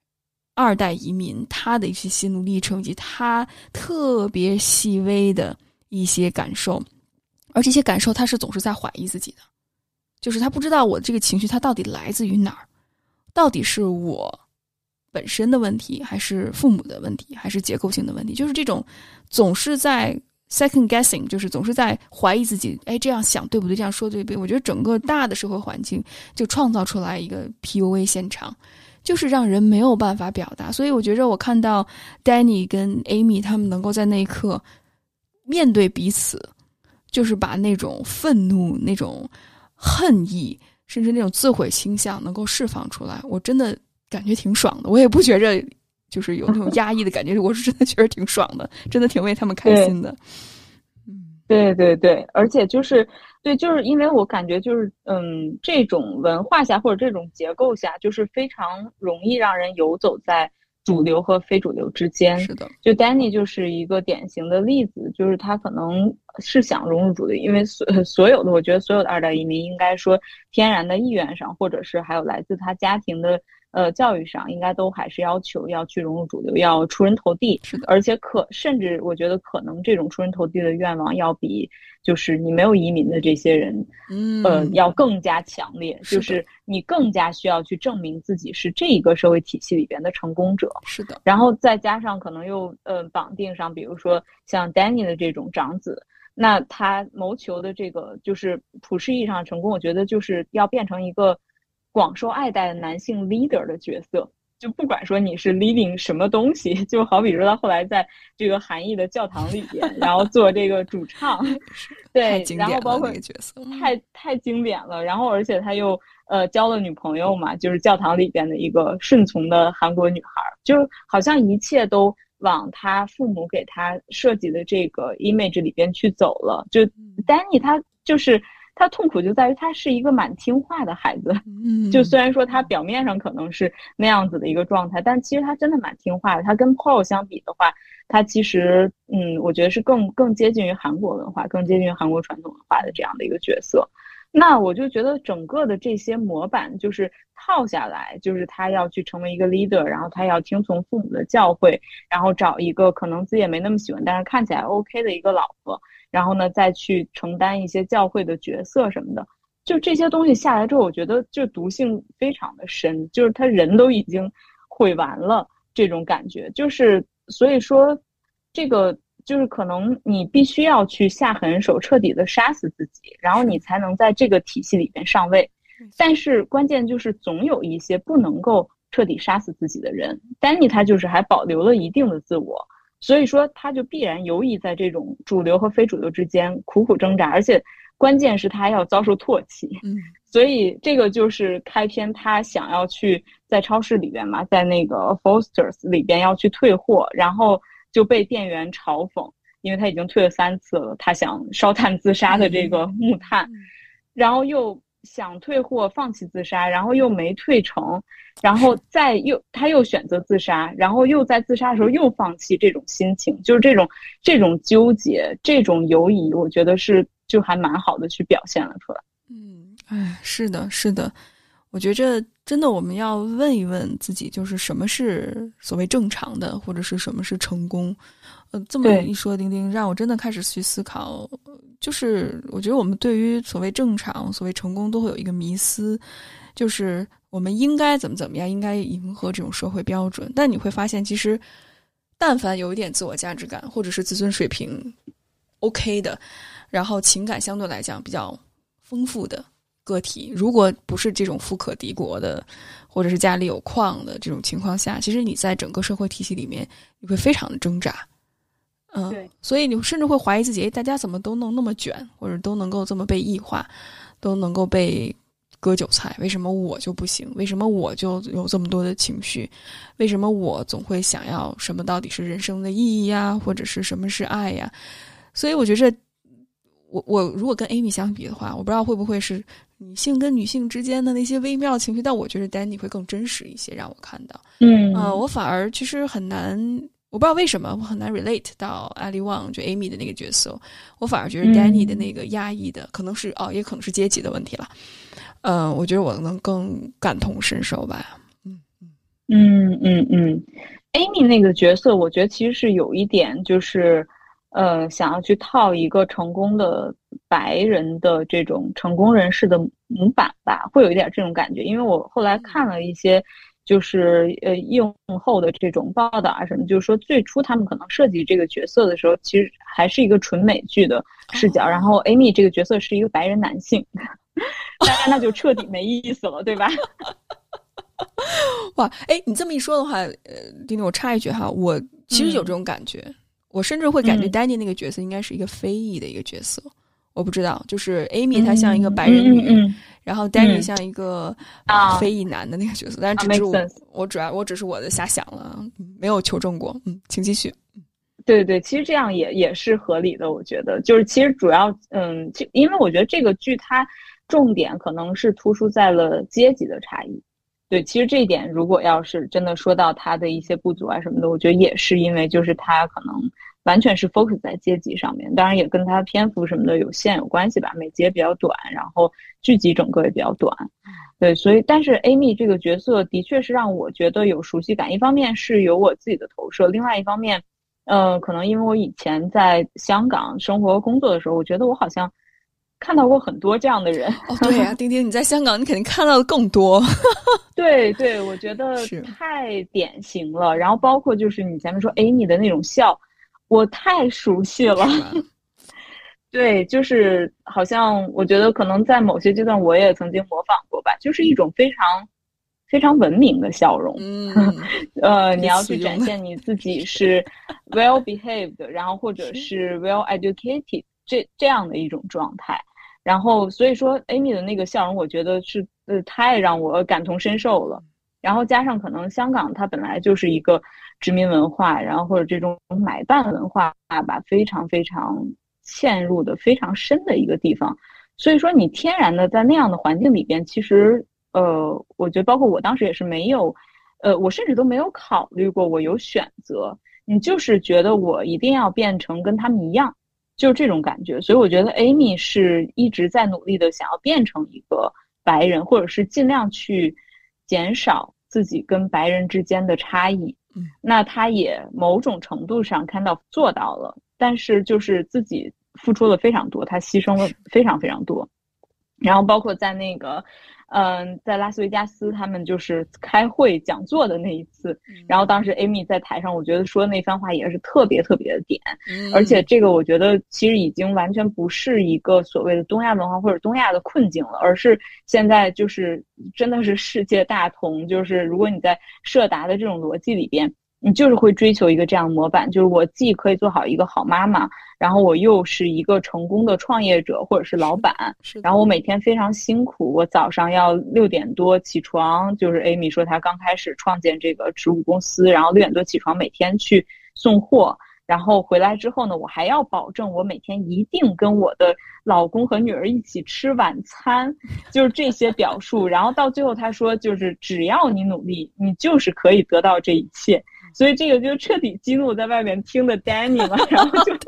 Speaker 2: 2代移民他的一些心路历程，以及他特别细微的一些感受，而这些感受他是总是在怀疑自己的，就是他不知道我这个情绪它到底来自于哪儿，到底是我本身的问题，还是父母的问题，还是结构性的问题，就是这种总是在 second guessing， 就是总是在怀疑自己，这样想对不对，这样说对不对。我觉得整个大的社会环境就创造出来一个 PUA 现场，就是让人没有办法表达。所以我觉得我看到 Danny 跟 Amy 他们能够在那一刻面对彼此，就是把那种愤怒、那种恨意，甚至那种自毁倾向能够释放出来，我真的感觉挺爽的。我也不觉着就是有那种压抑的感觉，我是真的觉得挺爽的，真的挺为他们开心的。
Speaker 3: 对对对，而且就是因为我感觉就是这种文化下或者这种结构下，就是非常容易让人游走在主流和非主流之间。
Speaker 2: 是的，
Speaker 3: 就 Danny 就是一个典型的例子，就是他可能是想融入主流，因为所有的我觉得所有的2代移民应该说天然的意愿上，或者是还有来自他家庭的教育上，应该都还是要求要去融入主流，要出人头地。
Speaker 2: 是的，
Speaker 3: 而且甚至我觉得可能这种出人头地的愿望要比就是你没有移民的这些人要更加强烈，就是你更加需要去证明自己是这一个社会体系里边的成功者。
Speaker 2: 是的，
Speaker 3: 然后再加上可能又绑定上比如说像 Danny 的这种长子，那他谋求的这个就是普世意义上的成功，我觉得就是要变成一个广受爱戴的男性 leader 的角色，就不管说你是 leading 什么东西，就好比说他后来在这个韩裔的教堂里边，然后做这个主唱，对，然后包括
Speaker 2: 那个角色
Speaker 3: 太经典了，然后而且他又交了女朋友嘛，就是教堂里边的一个顺从的韩国女孩，就好像一切都往他父母给他设计的这个 image 里边去走了。就 Danny 他就是他痛苦就在于他是一个蛮听话的孩子，就虽然说他表面上可能是那样子的一个状态，但其实他真的蛮听话的。他跟 Paul 相比的话，他其实我觉得是更接近于韩国文化，更接近于韩国传统文化的这样的一个角色。那我就觉得整个的这些模板就是套下来，就是他要去成为一个 leader， 然后他要听从父母的教诲，然后找一个可能自己也没那么喜欢但是看起来 OK 的一个老婆，然后呢再去承担一些教诲的角色什么的，就这些东西下来之后，我觉得就毒性非常的深，就是他人都已经毁完了这种感觉。就是所以说这个就是可能你必须要去下狠手彻底的杀死自己，然后你才能在这个体系里边上位。但是关键就是总有一些不能够彻底杀死自己的人，丹尼他就是还保留了一定的自我，所以说他就必然游移在这种主流和非主流之间苦苦挣扎，而且关键是他要遭受唾弃。所以这个就是开篇他想要去在超市里边嘛，在那个 Foster's 里边要去退货，然后就被店员嘲讽，因为他已经退了3次了，他想烧炭自杀的这个木炭，然后又想退货放弃自杀，然后又没退成，然后他又选择自杀，然后又在自杀的时候又放弃，这种心情就是这种纠结，这种犹疑，我觉得是就还蛮好的去表现了出来。
Speaker 2: 是的是的，我觉着真的我们要问一问自己，就是什么是所谓正常的，或者是什么是成功。这么一说，丁丁让我真的开始去思考，就是我觉得我们对于所谓正常、所谓成功都会有一个迷思，就是我们应该怎么样，应该迎合这种社会标准。但你会发现，其实但凡有一点自我价值感，或者是自尊水平 OK 的，然后情感相对来讲比较丰富的个体，如果不是这种富可敌国的，或者是家里有矿的这种情况下，其实你在整个社会体系里面你会非常的挣扎。
Speaker 3: 对，
Speaker 2: 所以你甚至会怀疑自己，大家怎么都能那么卷，或者都能够这么被异化，都能够被割韭菜，为什么我就不行？为什么我就有这么多的情绪？为什么我总会想要什么到底是人生的意义呀，或者是什么是爱呀？所以我觉着我如果跟 Amy 相比的话，我不知道会不会是女性跟女性之间的那些微妙情绪，但我觉得 Danny 会更真实一些，让我看到。我反而其实很难，我不知道为什么我很难 relate 到 Ali Wong 就 Amy 的那个角色，我反而觉得 Danny 的那个压抑的，可能是也可能是阶级的问题了。 我觉得我能更感同身受吧。
Speaker 3: Amy 那个角色，我觉得其实是有一点就是，想要去套一个成功的白人的这种成功人士的模板吧，会有一点这种感觉。因为我后来看了一些，就是映后的这种报道啊什么，就是说最初他们可能设计这个角色的时候，其实还是一个纯美剧的视角，然后 Amy 这个角色是一个白人男性，当然那就彻底没意思了，对吧？
Speaker 2: 哇，哎，你这么一说的话，丁丁，我插一句哈，我其实有这种感觉，我甚至会感觉丹尼那个角色应该是一个非裔的一个角色，我不知道，就是 Amy 她像一个白人女，然后丹尼像一个非裔男的那个角色，但是只是我只是我的瞎想了，没有求证过，请继续。
Speaker 3: 对对，其实这样也是合理的，我觉得就是其实主要因为我觉得这个剧它重点可能是突出在了阶级的差异。对，其实这一点如果要是真的说到他的一些不足啊什么的，我觉得也是因为就是他可能完全是 focus 在阶级上面，当然也跟他篇幅什么的有限有关系吧，每集也比较短，然后剧集整个也比较短。对，所以但是 Amy 这个角色的确是让我觉得有熟悉感，一方面是有我自己的投射，另外一方面可能因为我以前在香港生活工作的时候，我觉得我好像看到过很多这样的人。
Speaker 2: 对呀，丁丁，你在香港你肯定看到的更多。
Speaker 3: 对对，我觉得太典型了。然后包括就是你前面说 Amy 的那种笑，我太熟悉了。对，就是好像我觉得可能在某些阶段我也曾经模仿过吧，就是一种非常非常文明的笑容。你要去展现你自己是 well behaved， 然后或者是 well educated 这样的一种状态。然后所以说 Amy 的那个笑容我觉得是太让我感同身受了，然后加上可能香港它本来就是一个殖民文化，然后或者这种买办文化吧，非常非常嵌入的非常深的一个地方，所以说你天然的在那样的环境里边，其实我觉得包括我当时也是没有我甚至都没有考虑过我有选择，你就是觉得我一定要变成跟他们一样，就是这种感觉。所以我觉得 Amy 是一直在努力的想要变成一个白人，或者是尽量去减少自己跟白人之间的差异。那他也某种程度上看到做到了，但是就是自己付出了非常多，他牺牲了非常非常多。然后包括在那个在拉斯维加斯他们就是开会讲座的那一次，然后当时 Amy 在台上我觉得说的那番话也是特别特别的点，而且这个我觉得其实已经完全不是一个所谓的东亚文化或者东亚的困境了，而是现在就是真的是世界大同，就是如果你在社达的这种逻辑里边，你就是会追求一个这样的模板，就是我既可以做好一个好妈妈，然后我又是一个成功的创业者或者是老板，然后我每天非常辛苦，我早上要6点多起床，就是 Amy 说她刚开始创建这个植物公司，然后6点多起床每天去送货，然后回来之后呢，我还要保证我每天一定跟我的老公和女儿一起吃晚餐，就是这些表述。然后到最后她说，就是只要你努力，你就是可以得到这一切。所以这个就彻底激怒在外面听的 Danny 嘛，然后就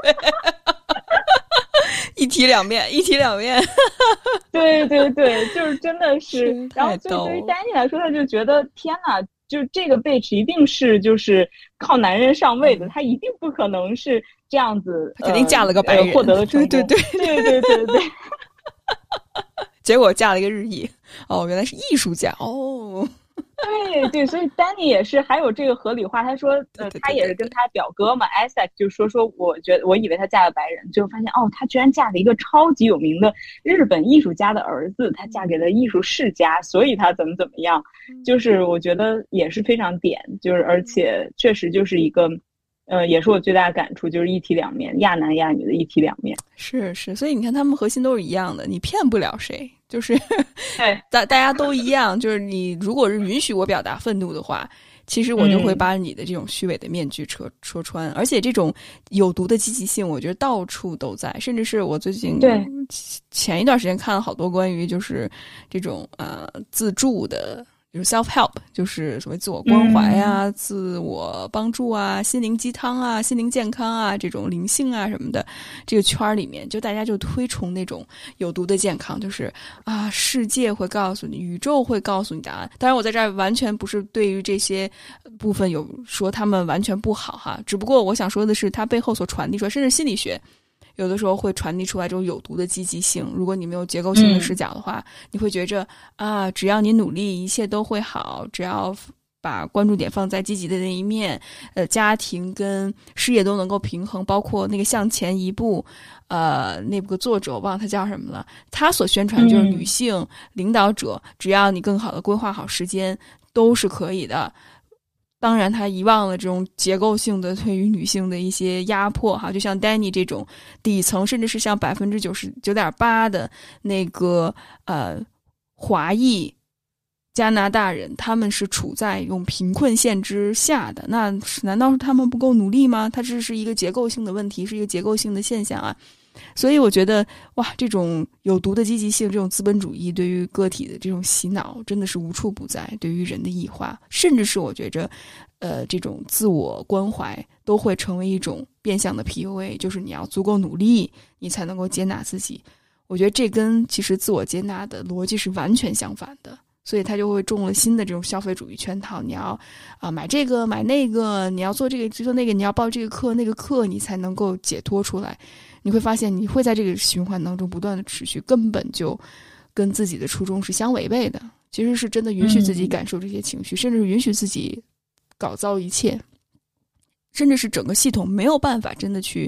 Speaker 2: 一体两面，一体两面。
Speaker 3: 对对对，就是真的是。然后就对于 Danny 来说，他就觉得天哪，就这个 bitch 一定是就是靠男人上位的，他一定不可能是这样子，
Speaker 2: 肯定嫁了个白人，
Speaker 3: 获得了成功。对对对对对对。
Speaker 2: 结果嫁了一个日裔，哦，原来是艺术家哦。
Speaker 3: 对对，所以 Danny 也是还有这个合理化。他说，他也是跟他表哥嘛 ，Isaac 就说，我以为他嫁了白人，最后发现哦，他居然嫁了一个超级有名的日本艺术家的儿子，他嫁给了艺术世家，所以他怎么样，就是我觉得也是非常点，就是而且确实就是一个。也是我最大的感触，就是一体两面，亚男亚女的一体两面。
Speaker 2: 是，所以你看他们核心都是一样的，你骗不了谁，就是大家都一样，就是你如果是允许我表达愤怒的话，其实我就会把你的这种虚伪的面具戳穿，而且这种有毒的积极性，我觉得到处都在，甚至是我最近前一段时间看了好多关于就是这种自助的比如 self help， 就是所谓自我关怀啊、自我帮助啊、心灵鸡汤啊、心灵健康啊，这种灵性啊什么的，这个圈里面就大家就推崇那种有毒的健康，就是啊，世界会告诉你，宇宙会告诉你答案。当然我在这儿完全不是对于这些部分有说他们完全不好哈，只不过我想说的是它背后所传递出来，甚至心理学有的时候会传递出来这种有毒的积极性。如果你没有结构性的视角的话，你会觉着啊，只要你努力，一切都会好。只要把关注点放在积极的那一面，家庭跟事业都能够平衡，包括那个向前一步，那个作者我忘了他叫什么了，他所宣传就是女性领导者，只要你更好的规划好时间，都是可以的。当然他遗忘了这种结构性的对于女性的一些压迫哈，就像 Danny 这种底层甚至是像 99.8% 的那个华裔加拿大人，他们是处在用贫困线之下的，那难道是他们不够努力吗？它这是一个结构性的问题，是一个结构性的现象啊。所以我觉得哇，这种有毒的积极性，这种资本主义对于个体的这种洗脑真的是无处不在，对于人的异化，甚至是我觉着这种自我关怀都会成为一种变相的 PUA， 就是你要足够努力你才能够接纳自己。我觉得这跟其实自我接纳的逻辑是完全相反的，所以他就会中了新的这种消费主义圈套。你要买这个买那个，你要做这个做那个，你要报这个课那个课，你才能够解脱出来。你会发现你会在这个循环当中不断的持续，根本就跟自己的初衷是相违背的。其实是真的允许自己感受这些情绪，甚至是允许自己搞糟一切，甚至是整个系统没有办法真的去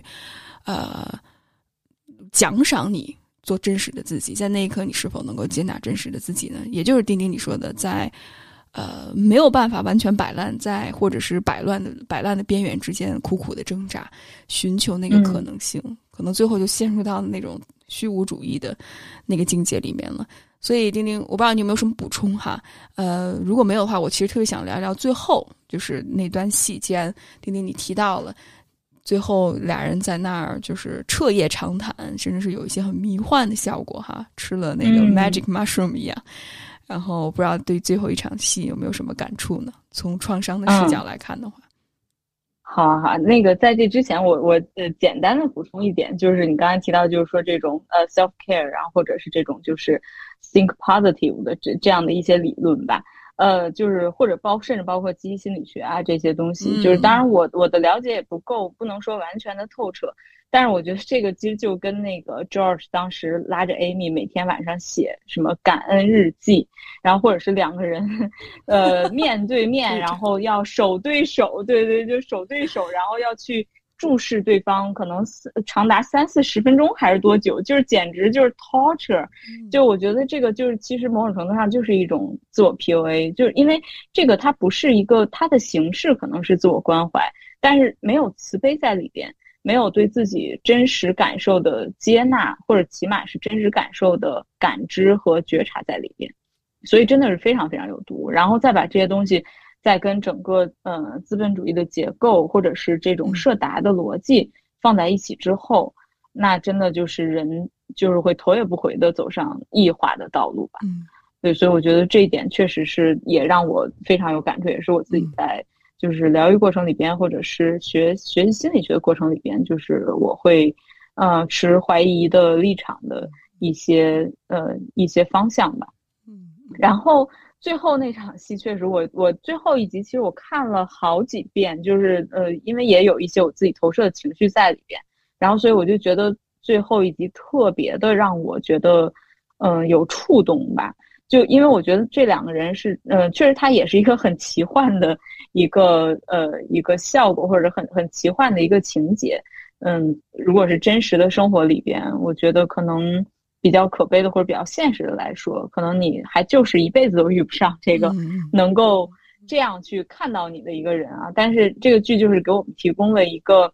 Speaker 2: 奖赏你做真实的自己。在那一刻你是否能够接纳真实的自己呢？也就是丁丁你说的，在没有办法完全摆烂在或者是摆烂的边缘之间苦苦的挣扎，寻求那个可能性，可能最后就陷入到那种虚无主义的那个境界里面了。所以丁丁，我不知道你有没有什么补充哈？如果没有的话，我其实特别想聊聊最后就是那段戏。既然丁丁你提到了最后俩人在那儿就是彻夜长谈，甚至是有一些很迷幻的效果哈，吃了那个 magic mushroom 一样。然后不知道对最后一场戏有没有什么感触呢？从创伤的视角来看的话。
Speaker 3: 好，那个在这之前我简单的补充一点，就是你刚才提到就是说这种self care， 然后或者是这种就是 think positive 的这样的一些理论吧。就是或者甚至包括积极心理学啊这些东西，就是当然我的了解也不够，不能说完全的透彻。但是我觉得这个其实就跟那个 George 当时拉着 Amy 每天晚上写什么感恩日记，然后或者是两个人面对面，然后要手对手，对，就手对手，然后要去注视对方，可能长达30-40分钟还是多久，就是简直就是 torture。就我觉得这个就是其实某种程度上就是一种自我 PUA， 就是因为这个它不是一个，它的形式可能是自我关怀，但是没有慈悲在里边，没有对自己真实感受的接纳，或者起码是真实感受的感知和觉察在里边，所以真的是非常非常有毒。然后再把这些东西再跟整个资本主义的结构或者是这种设达的逻辑放在一起之后，那真的就是人就是会头也不回的走上异化的道路吧。对，所以我觉得这一点确实是也让我非常有感触，也是我自己在就是疗愈过程里边，或者是学习心理学的过程里边，就是我会持怀疑的立场的一些方向吧。然后最后那场戏确实我最后一集其实我看了好几遍，就是因为也有一些我自己投射的情绪在里边，然后所以我就觉得最后一集特别的让我觉得有触动吧。就因为我觉得这两个人是确实他也是一个很奇幻的一个效果，或者很奇幻的一个情节。如果是真实的生活里边，我觉得可能比较可悲的或者比较现实的来说，可能你还就是一辈子都遇不上这个能够这样去看到你的一个人啊。但是这个剧就是给我们提供了一个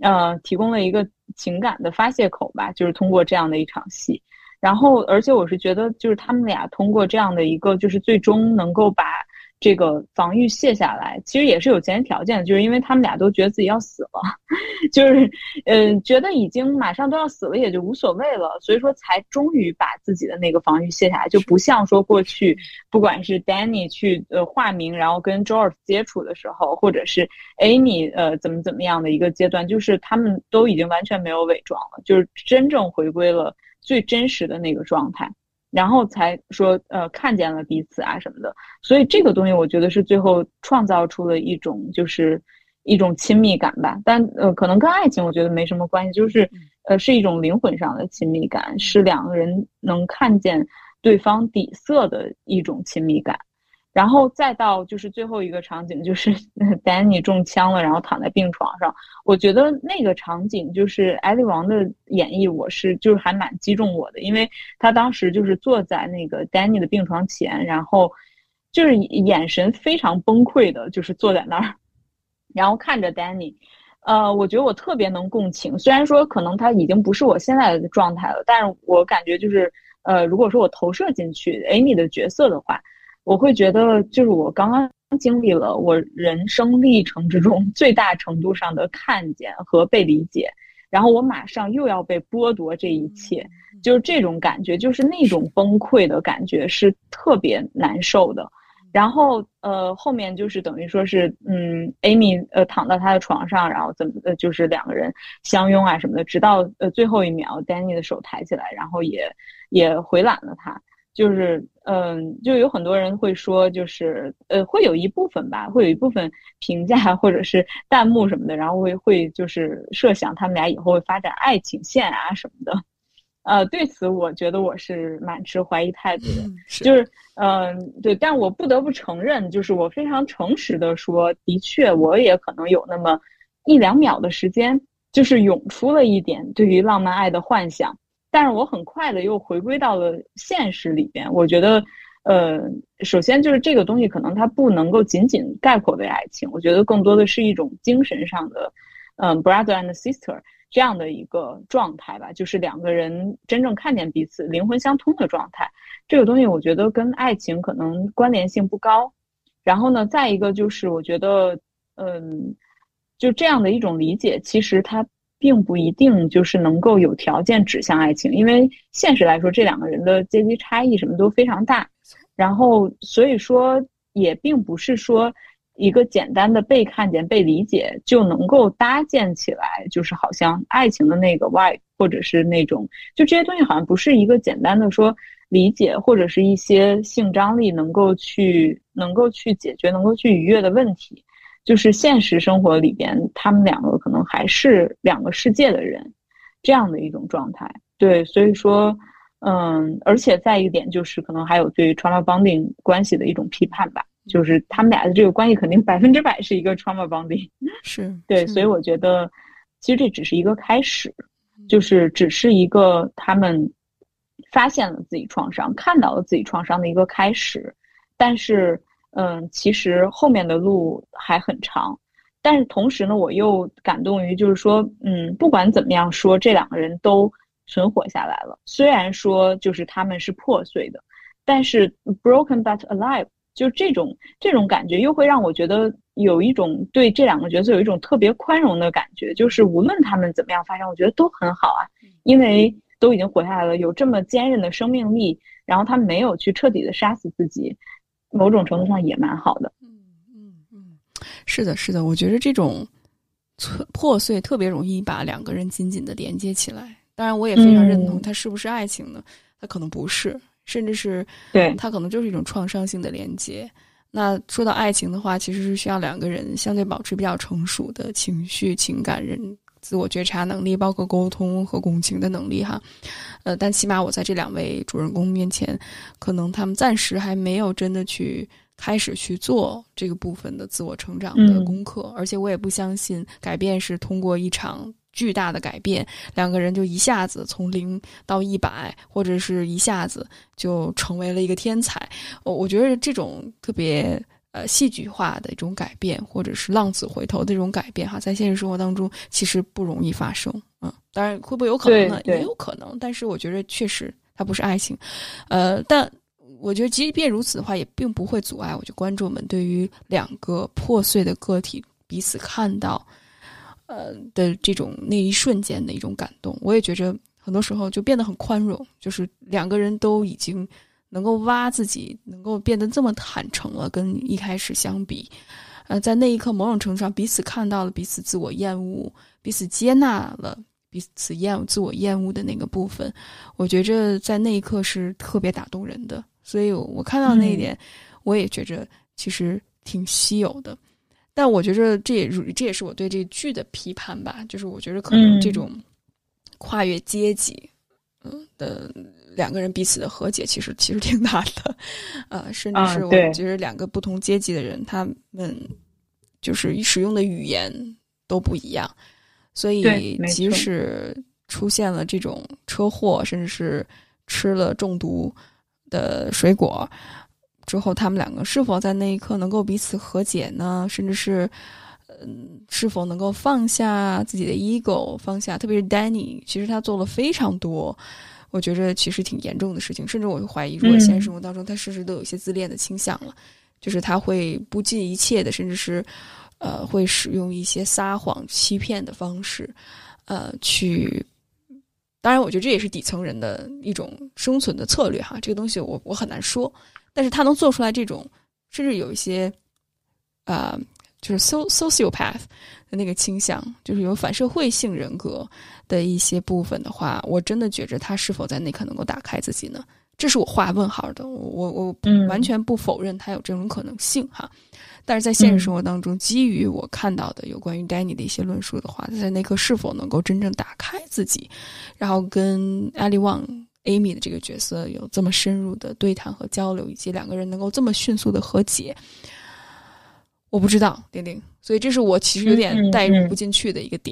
Speaker 3: 情感的发泄口吧，就是通过这样的一场戏。然后而且我是觉得就是他们俩通过这样的一个就是最终能够把这个防御卸下来，其实也是有前提条件的，就是因为他们俩都觉得自己要死了，就是觉得已经马上都要死了，也就无所谓了，所以说才终于把自己的那个防御卸下来，就不像说过去不管是 Danny 去化名然后跟 George 接触的时候，或者是 Amy 怎么样的一个阶段，就是他们都已经完全没有伪装了，就是真正回归了最真实的那个状态。然后才说看见了彼此啊什么的，所以这个东西我觉得是最后创造出了一种就是一种亲密感吧，但可能跟爱情我觉得没什么关系，就是是一种灵魂上的亲密感，是两个人能看见对方底色的一种亲密感。然后再到就是最后一个场景，就是 Danny 中枪了，然后躺在病床上。我觉得那个场景就是艾利王的演绎，我是就是还蛮击中我的，因为他当时就是坐在那个 Danny 的病床前，然后就是眼神非常崩溃的，就是坐在那儿，然后看着 Danny。我觉得我特别能共情，虽然说可能他已经不是我现在的状态了，但是我感觉就是如果说我投射进去 Amy 的角色的话，我会觉得就是我刚刚经历了我人生历程之中最大程度上的看见和被理解，然后我马上又要被剥夺这一切，就是这种感觉，就是那种崩溃的感觉是特别难受的。然后后面就是等于说是Amy 躺到他的床上，然后就是两个人相拥啊什么的，直到最后一秒 Danny 的手抬起来，然后也回揽了他。就是就有很多人会说，就是会有一部分吧，会有一部分评价或者是弹幕什么的，然后会就是设想他们俩以后会发展爱情线啊什么的。对此我觉得我是蛮持怀疑态度的，就是对，但我不得不承认，就是我非常诚实的说，的确我也可能有那么1-2秒的时间，就是涌出了一点对于浪漫爱的幻想。但是我很快的又回归到了现实里边。我觉得首先就是这个东西可能它不能够仅仅概括为爱情，我觉得更多的是一种精神上的brother and sister 这样的一个状态吧，就是两个人真正看见彼此灵魂相通的状态。这个东西我觉得跟爱情可能关联性不高。然后呢，再一个就是我觉得就这样的一种理解，其实它并不一定就是能够有条件指向爱情，因为现实来说这两个人的阶级差异什么都非常大，然后所以说也并不是说一个简单的被看见被理解就能够搭建起来，就是好像爱情的那个 vibe 或者是那种就这些东西好像不是一个简单的说理解或者是一些性张力能够去解决能够去逾越的问题。就是现实生活里边他们两个可能还是两个世界的人，这样的一种状态。对，所以说而且再一点就是可能还有对 trauma bonding 关系的一种批判吧，就是他们俩的这个关系肯定100%是一个 trauma bonding。
Speaker 2: 是
Speaker 3: 对，所以我觉得其实这只是一个开始，就是只是一个他们发现了自己创伤看到了自己创伤的一个开始。但是其实后面的路还很长。但是同时呢，我又感动于就是说不管怎么样说，这两个人都存活下来了，虽然说就是他们是破碎的，但是 broken but alive 就这种感觉又会让我觉得有一种对这两个角色有一种特别宽容的感觉，就是无论他们怎么样发生，我觉得都很好啊，因为都已经活下来了，有这么坚韧的生命力，然后他们没有去彻底的杀死自己，某种程度上也蛮好的。
Speaker 2: 是的，是的，我觉得这种破碎特别容易把两个人紧紧的连接起来。当然，我也非常认同，它是不是爱情呢？它可能不是，甚至是
Speaker 3: 对，
Speaker 2: 它可能就是一种创伤性的连接。那说到爱情的话，其实是需要两个人相对保持比较成熟的情绪、情感、自我觉察能力，包括沟通和共情的能力哈。但起码我在这两位主人公面前，可能他们暂时还没有真的开始去做这个部分的自我成长的功课，而且我也不相信改变是通过一场巨大的改变，两个人就一下子从0到100，或者是一下子就成为了一个天才。我觉得这种特别戏剧化的一种改变，或者是浪子回头的这种改变哈，在现实生活当中其实不容易发生。当然会不会有可能呢？也有可能，但是我觉得确实它不是爱情。但我觉得即便如此的话，也并不会阻碍我觉得观众们对于两个破碎的个体彼此看到的这种那一瞬间的一种感动。我也觉着很多时候就变得很宽容，就是两个人都已经能够挖自己，能够变得这么坦诚了，跟一开始相比，在那一刻某种程度上彼此看到了彼此自我厌恶，彼此接纳了彼此自我厌恶的那个部分，我觉着在那一刻是特别打动人的。所以我看到那一点，我也觉着其实挺稀有的。但我觉着这也是我对这剧的批判吧，就是我觉得可能这种跨越阶级的两个人彼此的和解其实挺难的，甚至是我觉得两个不同阶级的人，他们就是使用的语言都不一样，所以即使出现了这种车祸，甚至是吃了中毒的水果之后，他们两个是否在那一刻能够彼此和解呢？甚至是是否能够放下自己的 ego， 放下，特别是 Danny， 其实他做了非常多我觉着其实挺严重的事情，甚至我会怀疑如果现实生活当中他甚至都有一些自恋的倾向了，就是他会不计一切的，甚至是会使用一些撒谎欺骗的方式去，当然我觉得这也是底层人的一种生存的策略哈，这个东西我很难说，但是他能做出来这种甚至有一些就是 sociopath 的那个倾向，就是有反社会性人格的一些部分的话，我真的觉着他是否在那刻能够打开自己呢？这是我画问号的，我完全不否认他有这种可能性哈。但是在现实生活当中，基于我看到的有关于 Danny 的一些论述的话，在那刻是否能够真正打开自己，然后跟 Ali Wong、Amy 的这个角色有这么深入的对谈和交流，以及两个人能够这么迅速的和解，我不知道丁丁，所以这是我其实有点带入不进去的一个点。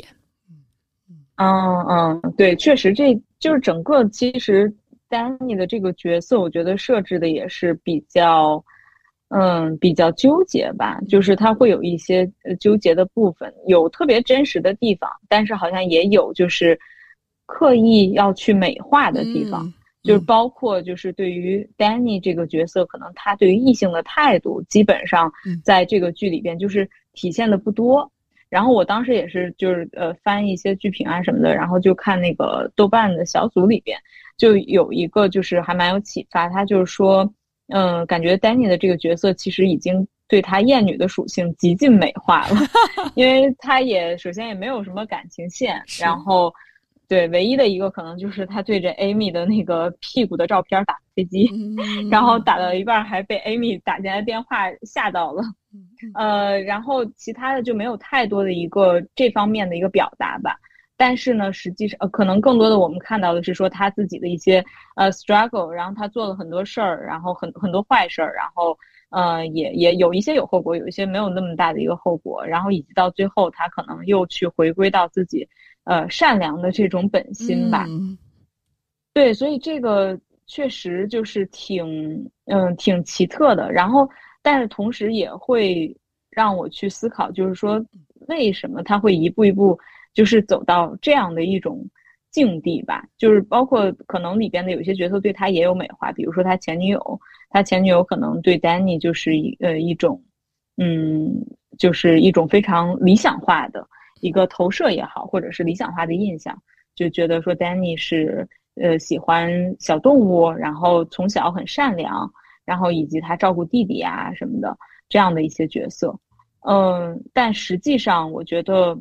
Speaker 3: 对，确实这就是整个其实 Danny 的这个角色，我觉得设置的也是比较纠结吧，就是他会有一些纠结的部分，有特别真实的地方，但是好像也有就是刻意要去美化的地方，就是包括就是对于 Danny 这个角色，可能他对于异性的态度基本上在这个剧里边就是体现的不多。然后我当时也是就是翻一些剧评啊什么的，然后就看那个豆瓣的小组里边就有一个就是还蛮有启发，他就是说感觉 Danny 的这个角色其实已经对他厌女的属性极尽美化了因为他也首先也没有什么感情线，然后对唯一的一个可能就是他对着 Amy 的那个屁股的照片打飞机然后打到一半还被 Amy 打进来电话吓到了然后其他的就没有太多的一个这方面的一个表达吧。但是呢实际上可能更多的我们看到的是说他自己的一些struggle， 然后他做了很多事儿，然后很多坏事儿，然后也有一些有后果，有一些没有那么大的一个后果，然后以及到最后他可能又去回归到自己善良的这种本心吧。对，所以这个确实就是挺奇特的，然后但是同时也会让我去思考，就是说为什么他会一步一步就是走到这样的一种境地吧，就是包括可能里边的有些角色对他也有美化，比如说他前女友可能对 Danny 就是一种就是一种非常理想化的一个投射也好，或者是理想化的印象，就觉得说 Danny 是喜欢小动物，然后从小很善良，然后以及他照顾弟弟啊什么的这样的一些角色。但实际上我觉得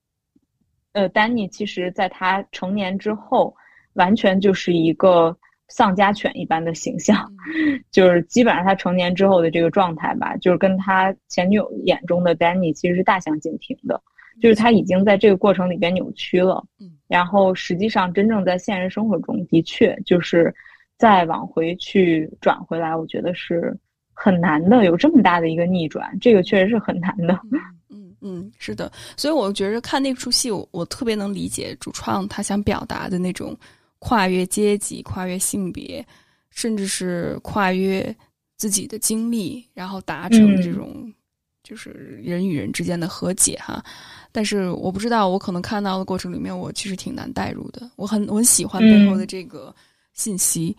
Speaker 3: Danny 其实在他成年之后完全就是一个丧家犬一般的形象，就是基本上他成年之后的这个状态吧，就是跟他前女友眼中的 Danny 其实是大相径庭的，就是他已经在这个过程里边扭曲了，然后实际上真正在现实生活中的确就是再往回去转回来，我觉得是很难的，有这么大的一个逆转，这个确实是很难的。
Speaker 2: 是的，所以我觉得看那出戏我特别能理解主创他想表达的那种跨越阶级、跨越性别，甚至是跨越自己的经历，然后达成这种就是人与人之间的和解哈。但是我不知道，我可能看到的过程里面我其实挺难带入的，我很喜欢背后的这个信息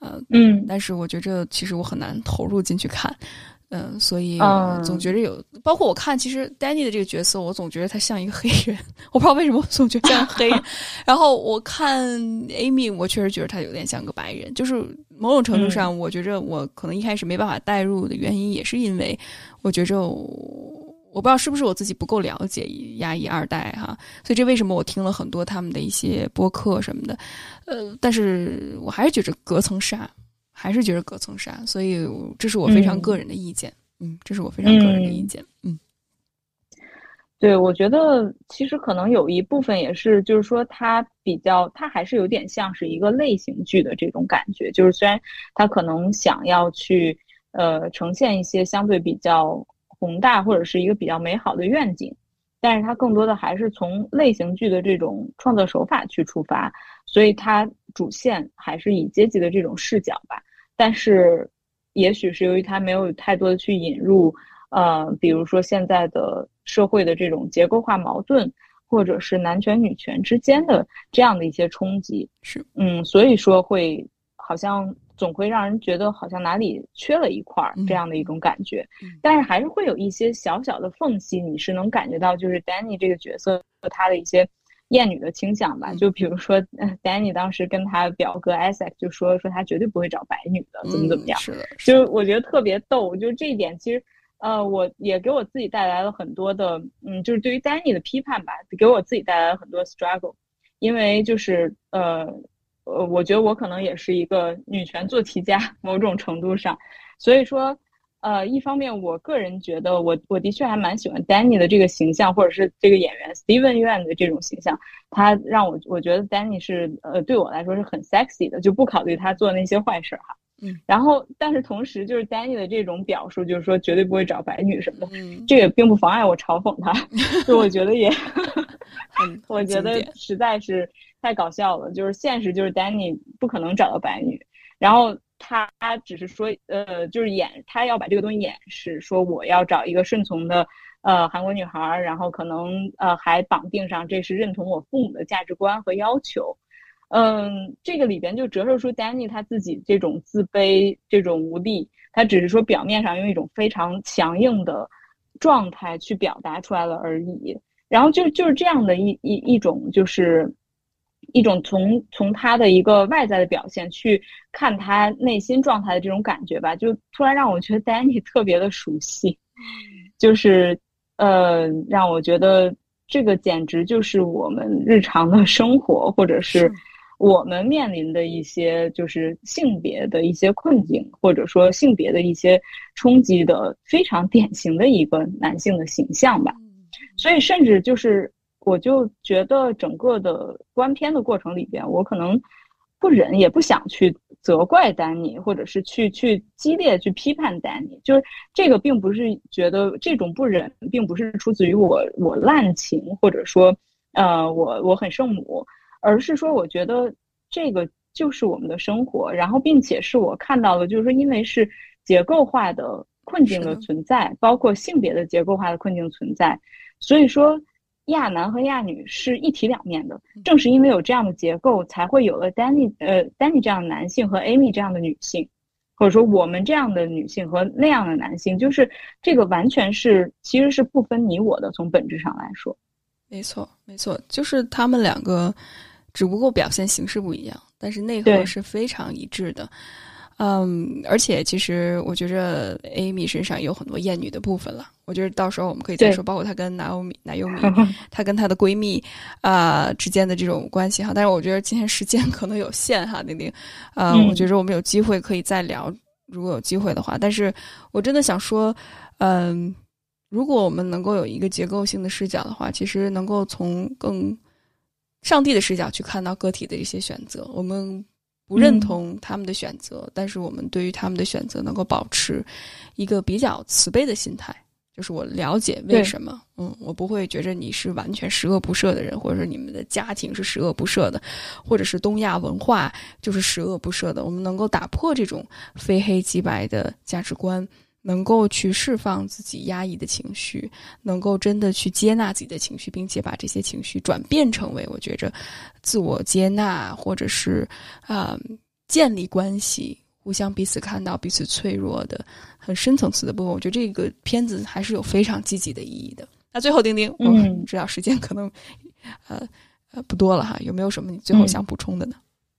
Speaker 2: 但是我觉着其实我很难投入进去看。所以总觉得包括我看，其实 Danny 的这个角色，我总觉得他像一个黑人，我不知道为什么我总觉得像黑人。然后我看 Amy， 我确实觉得他有点像个白人，就是某种程度上，我觉着我可能一开始没办法带入的原因，也是因为我觉着我不知道是不是我自己不够了解亚裔二代哈，所以这为什么我听了很多他们的一些播客什么的，但是我还是觉着隔层纱。所以这是我非常个人的意见。这是我非常个人的意见。
Speaker 3: 对，我觉得其实可能有一部分也是，就是说它还是有点像是一个类型剧的这种感觉，就是虽然它可能想要去呈现一些相对比较宏大或者是一个比较美好的愿景，但是它更多的还是从类型剧的这种创作手法去出发，所以它主线还是以阶级的这种视角吧。但是也许是由于它没有太多的去引入比如说现在的社会的这种结构化矛盾，或者是男权女权之间的这样的一些冲击，所以说会好像总会让人觉得好像哪里缺了一块这样的一种感觉。但是还是会有一些小小的缝隙，你是能感觉到就是 Danny 这个角色他的一些厌女的倾向吧。就比如说Danny 当时跟他表哥 Isaac 就说他绝对不会找白女的，怎么样，
Speaker 2: 是的，
Speaker 3: 就我觉得特别逗。就这一点其实我也给我自己带来了很多的就是对于 Danny 的批判吧，给我自己带来了很多 struggle。因为就是我觉得我可能也是一个女权做题家，某种程度上，所以说一方面我个人觉得我的确还蛮喜欢 Danny 的这个形象，或者是这个演员 Steven Yeun 的这种形象，他让我觉得 Danny 是对我来说是很 sexy 的，就不考虑他做那些坏事哈。然后但是同时就是 Danny 的这种表述，就是说绝对不会找白女什么的，这个并不妨碍我嘲讽他，就我觉得也我觉得实在是太搞笑了。就是现实就是 Danny 不可能找到白女，然后他只是说就是他要把这个东西掩饰，说我要找一个顺从的韩国女孩，然后可能还绑定上这是认同我父母的价值观和要求。这个里边就折射出 Danny 他自己这种自卑，这种无力，他只是说表面上用一种非常强硬的状态去表达出来了而已。然后就是这样的一种，就是一种从他的一个外在的表现去看他内心状态的这种感觉吧，就突然让我觉得 Danny 特别的熟悉，就是让我觉得这个简直就是我们日常的生活，或者是我们面临的一些就是性别的一些困境，或者说性别的一些冲击的非常典型的一个男性的形象吧。所以甚至就是我就觉得整个的观片的过程里边，我可能不忍也不想去责怪丹尼，或者是去激烈去批判丹尼。就是这个并不是觉得这种不忍并不是出自于我滥情，或者说我很圣母，而是说我觉得这个就是我们的生活，然后并且是我看到了，就是说因为是结构化的困境的存在，包括性别的结构化的困境存在，所以说亚男和亚女是一体两面的。正是因为有这样的结构，才会有了Danny这样的男性和 Amy 这样的女性，或者说我们这样的女性和那样的男性，就是这个完全是其实是不分你我的，从本质上来说。
Speaker 2: 没错，就是他们两个只不过表现形式不一样，但是内核是非常一致的。而且其实我觉着 Amy 身上有很多厌女的部分了，我觉得到时候我们可以再说，包括她跟Naomi 她跟她的闺蜜之间的这种关系哈。但是我觉得今天时间可能有限哈，丁丁，我觉着我们有机会可以再聊，如果有机会的话。但是我真的想说，如果我们能够有一个结构性的视角的话，其实能够从更上帝的视角去看到个体的一些选择。我们不认同他们的选择，但是我们对于他们的选择能够保持一个比较慈悲的心态，就是我了解为什么，我不会觉着你是完全十恶不赦的人，或者是你们的家庭是十恶不赦的，或者是东亚文化就是十恶不赦的。我们能够打破这种非黑即白的价值观，能够去释放自己压抑的情绪，能够真的去接纳自己的情绪，并且把这些情绪转变成为我觉着自我接纳，或者是建立关系，互相彼此看到彼此脆弱的很深层次的部分，我觉得这个片子还是有非常积极的意义的。那最后丁丁，我知道时间可能不多了哈，有没有什么你最后想补充的呢？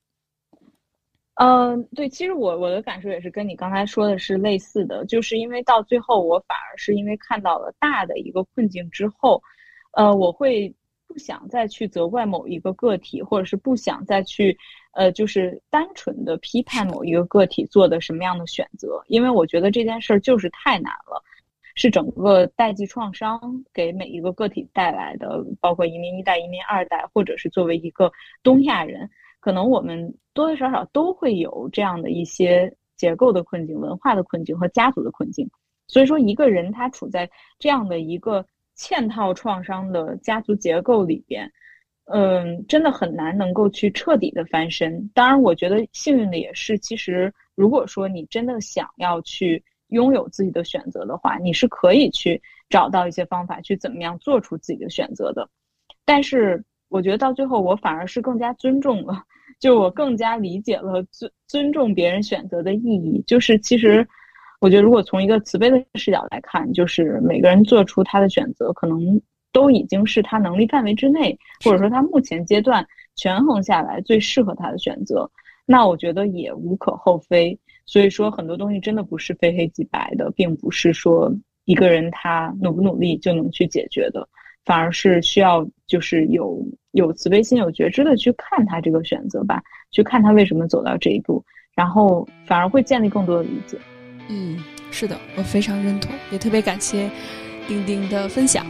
Speaker 3: 对，其实我的感受也是跟你刚才说的是类似的，就是因为到最后我反而是因为看到了大的一个困境之后，我会不想再去责怪某一个个体，或者是不想再去就是单纯的批判某一个个体做的什么样的选择，因为我觉得这件事儿就是太难了，是整个代际创伤给每一个个体带来的，包括移民一代、移民二代，或者是作为一个东亚人，可能我们多多少少都会有这样的一些结构的困境、文化的困境和家族的困境。所以说一个人他处在这样的一个嵌套创伤的家族结构里边，真的很难能够去彻底的翻身。当然我觉得幸运的也是，其实如果说你真的想要去拥有自己的选择的话，你是可以去找到一些方法去怎么样做出自己的选择的。但是我觉得到最后我反而是更加尊重了，就我更加理解了尊重别人选择的意义。就是其实我觉得如果从一个慈悲的视角来看，就是每个人做出他的选择可能都已经是他能力范围之内，或者说他目前阶段权衡下来最适合他的选择，那我觉得也无可厚非。所以说很多东西真的不是非黑即白的，并不是说一个人他努不努力就能去解决的，反而是需要就是有慈悲心、有觉知的去看他这个选择吧，去看他为什么走到这一步，然后反而会建立更多的理解。
Speaker 2: 是的，我非常认同，也特别感谢丁丁的分享。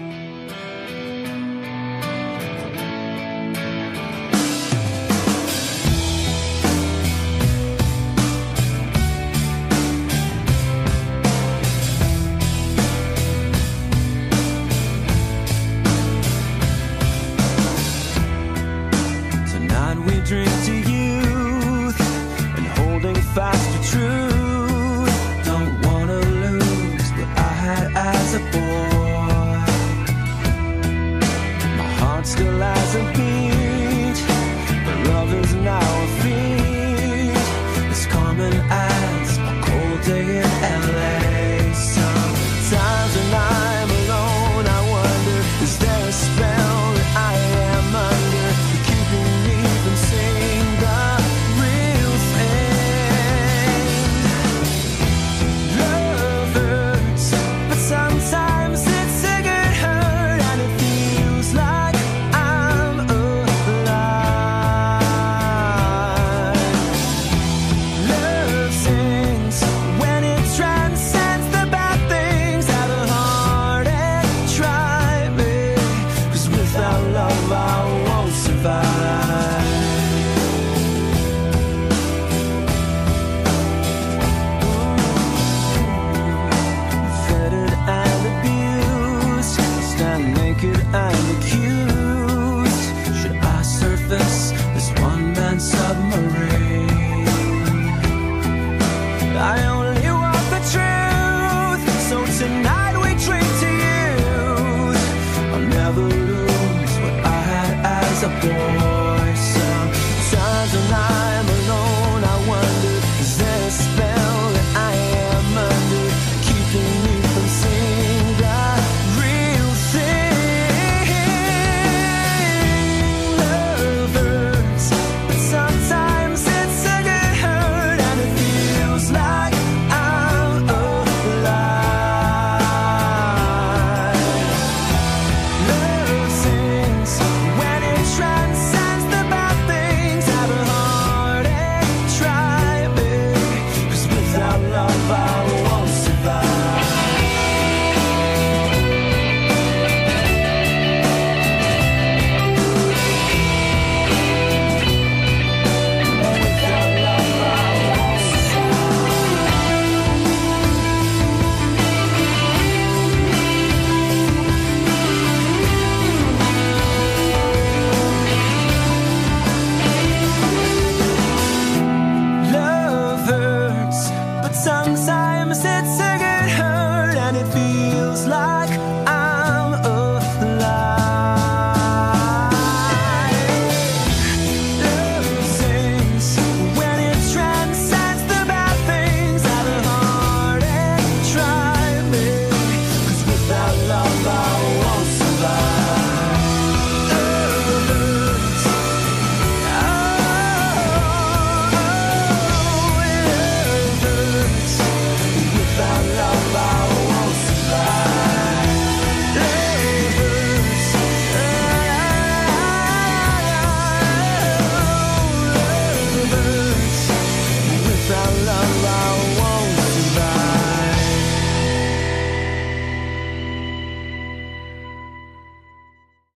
Speaker 1: Tonight we drink to youth and holding fast to truth.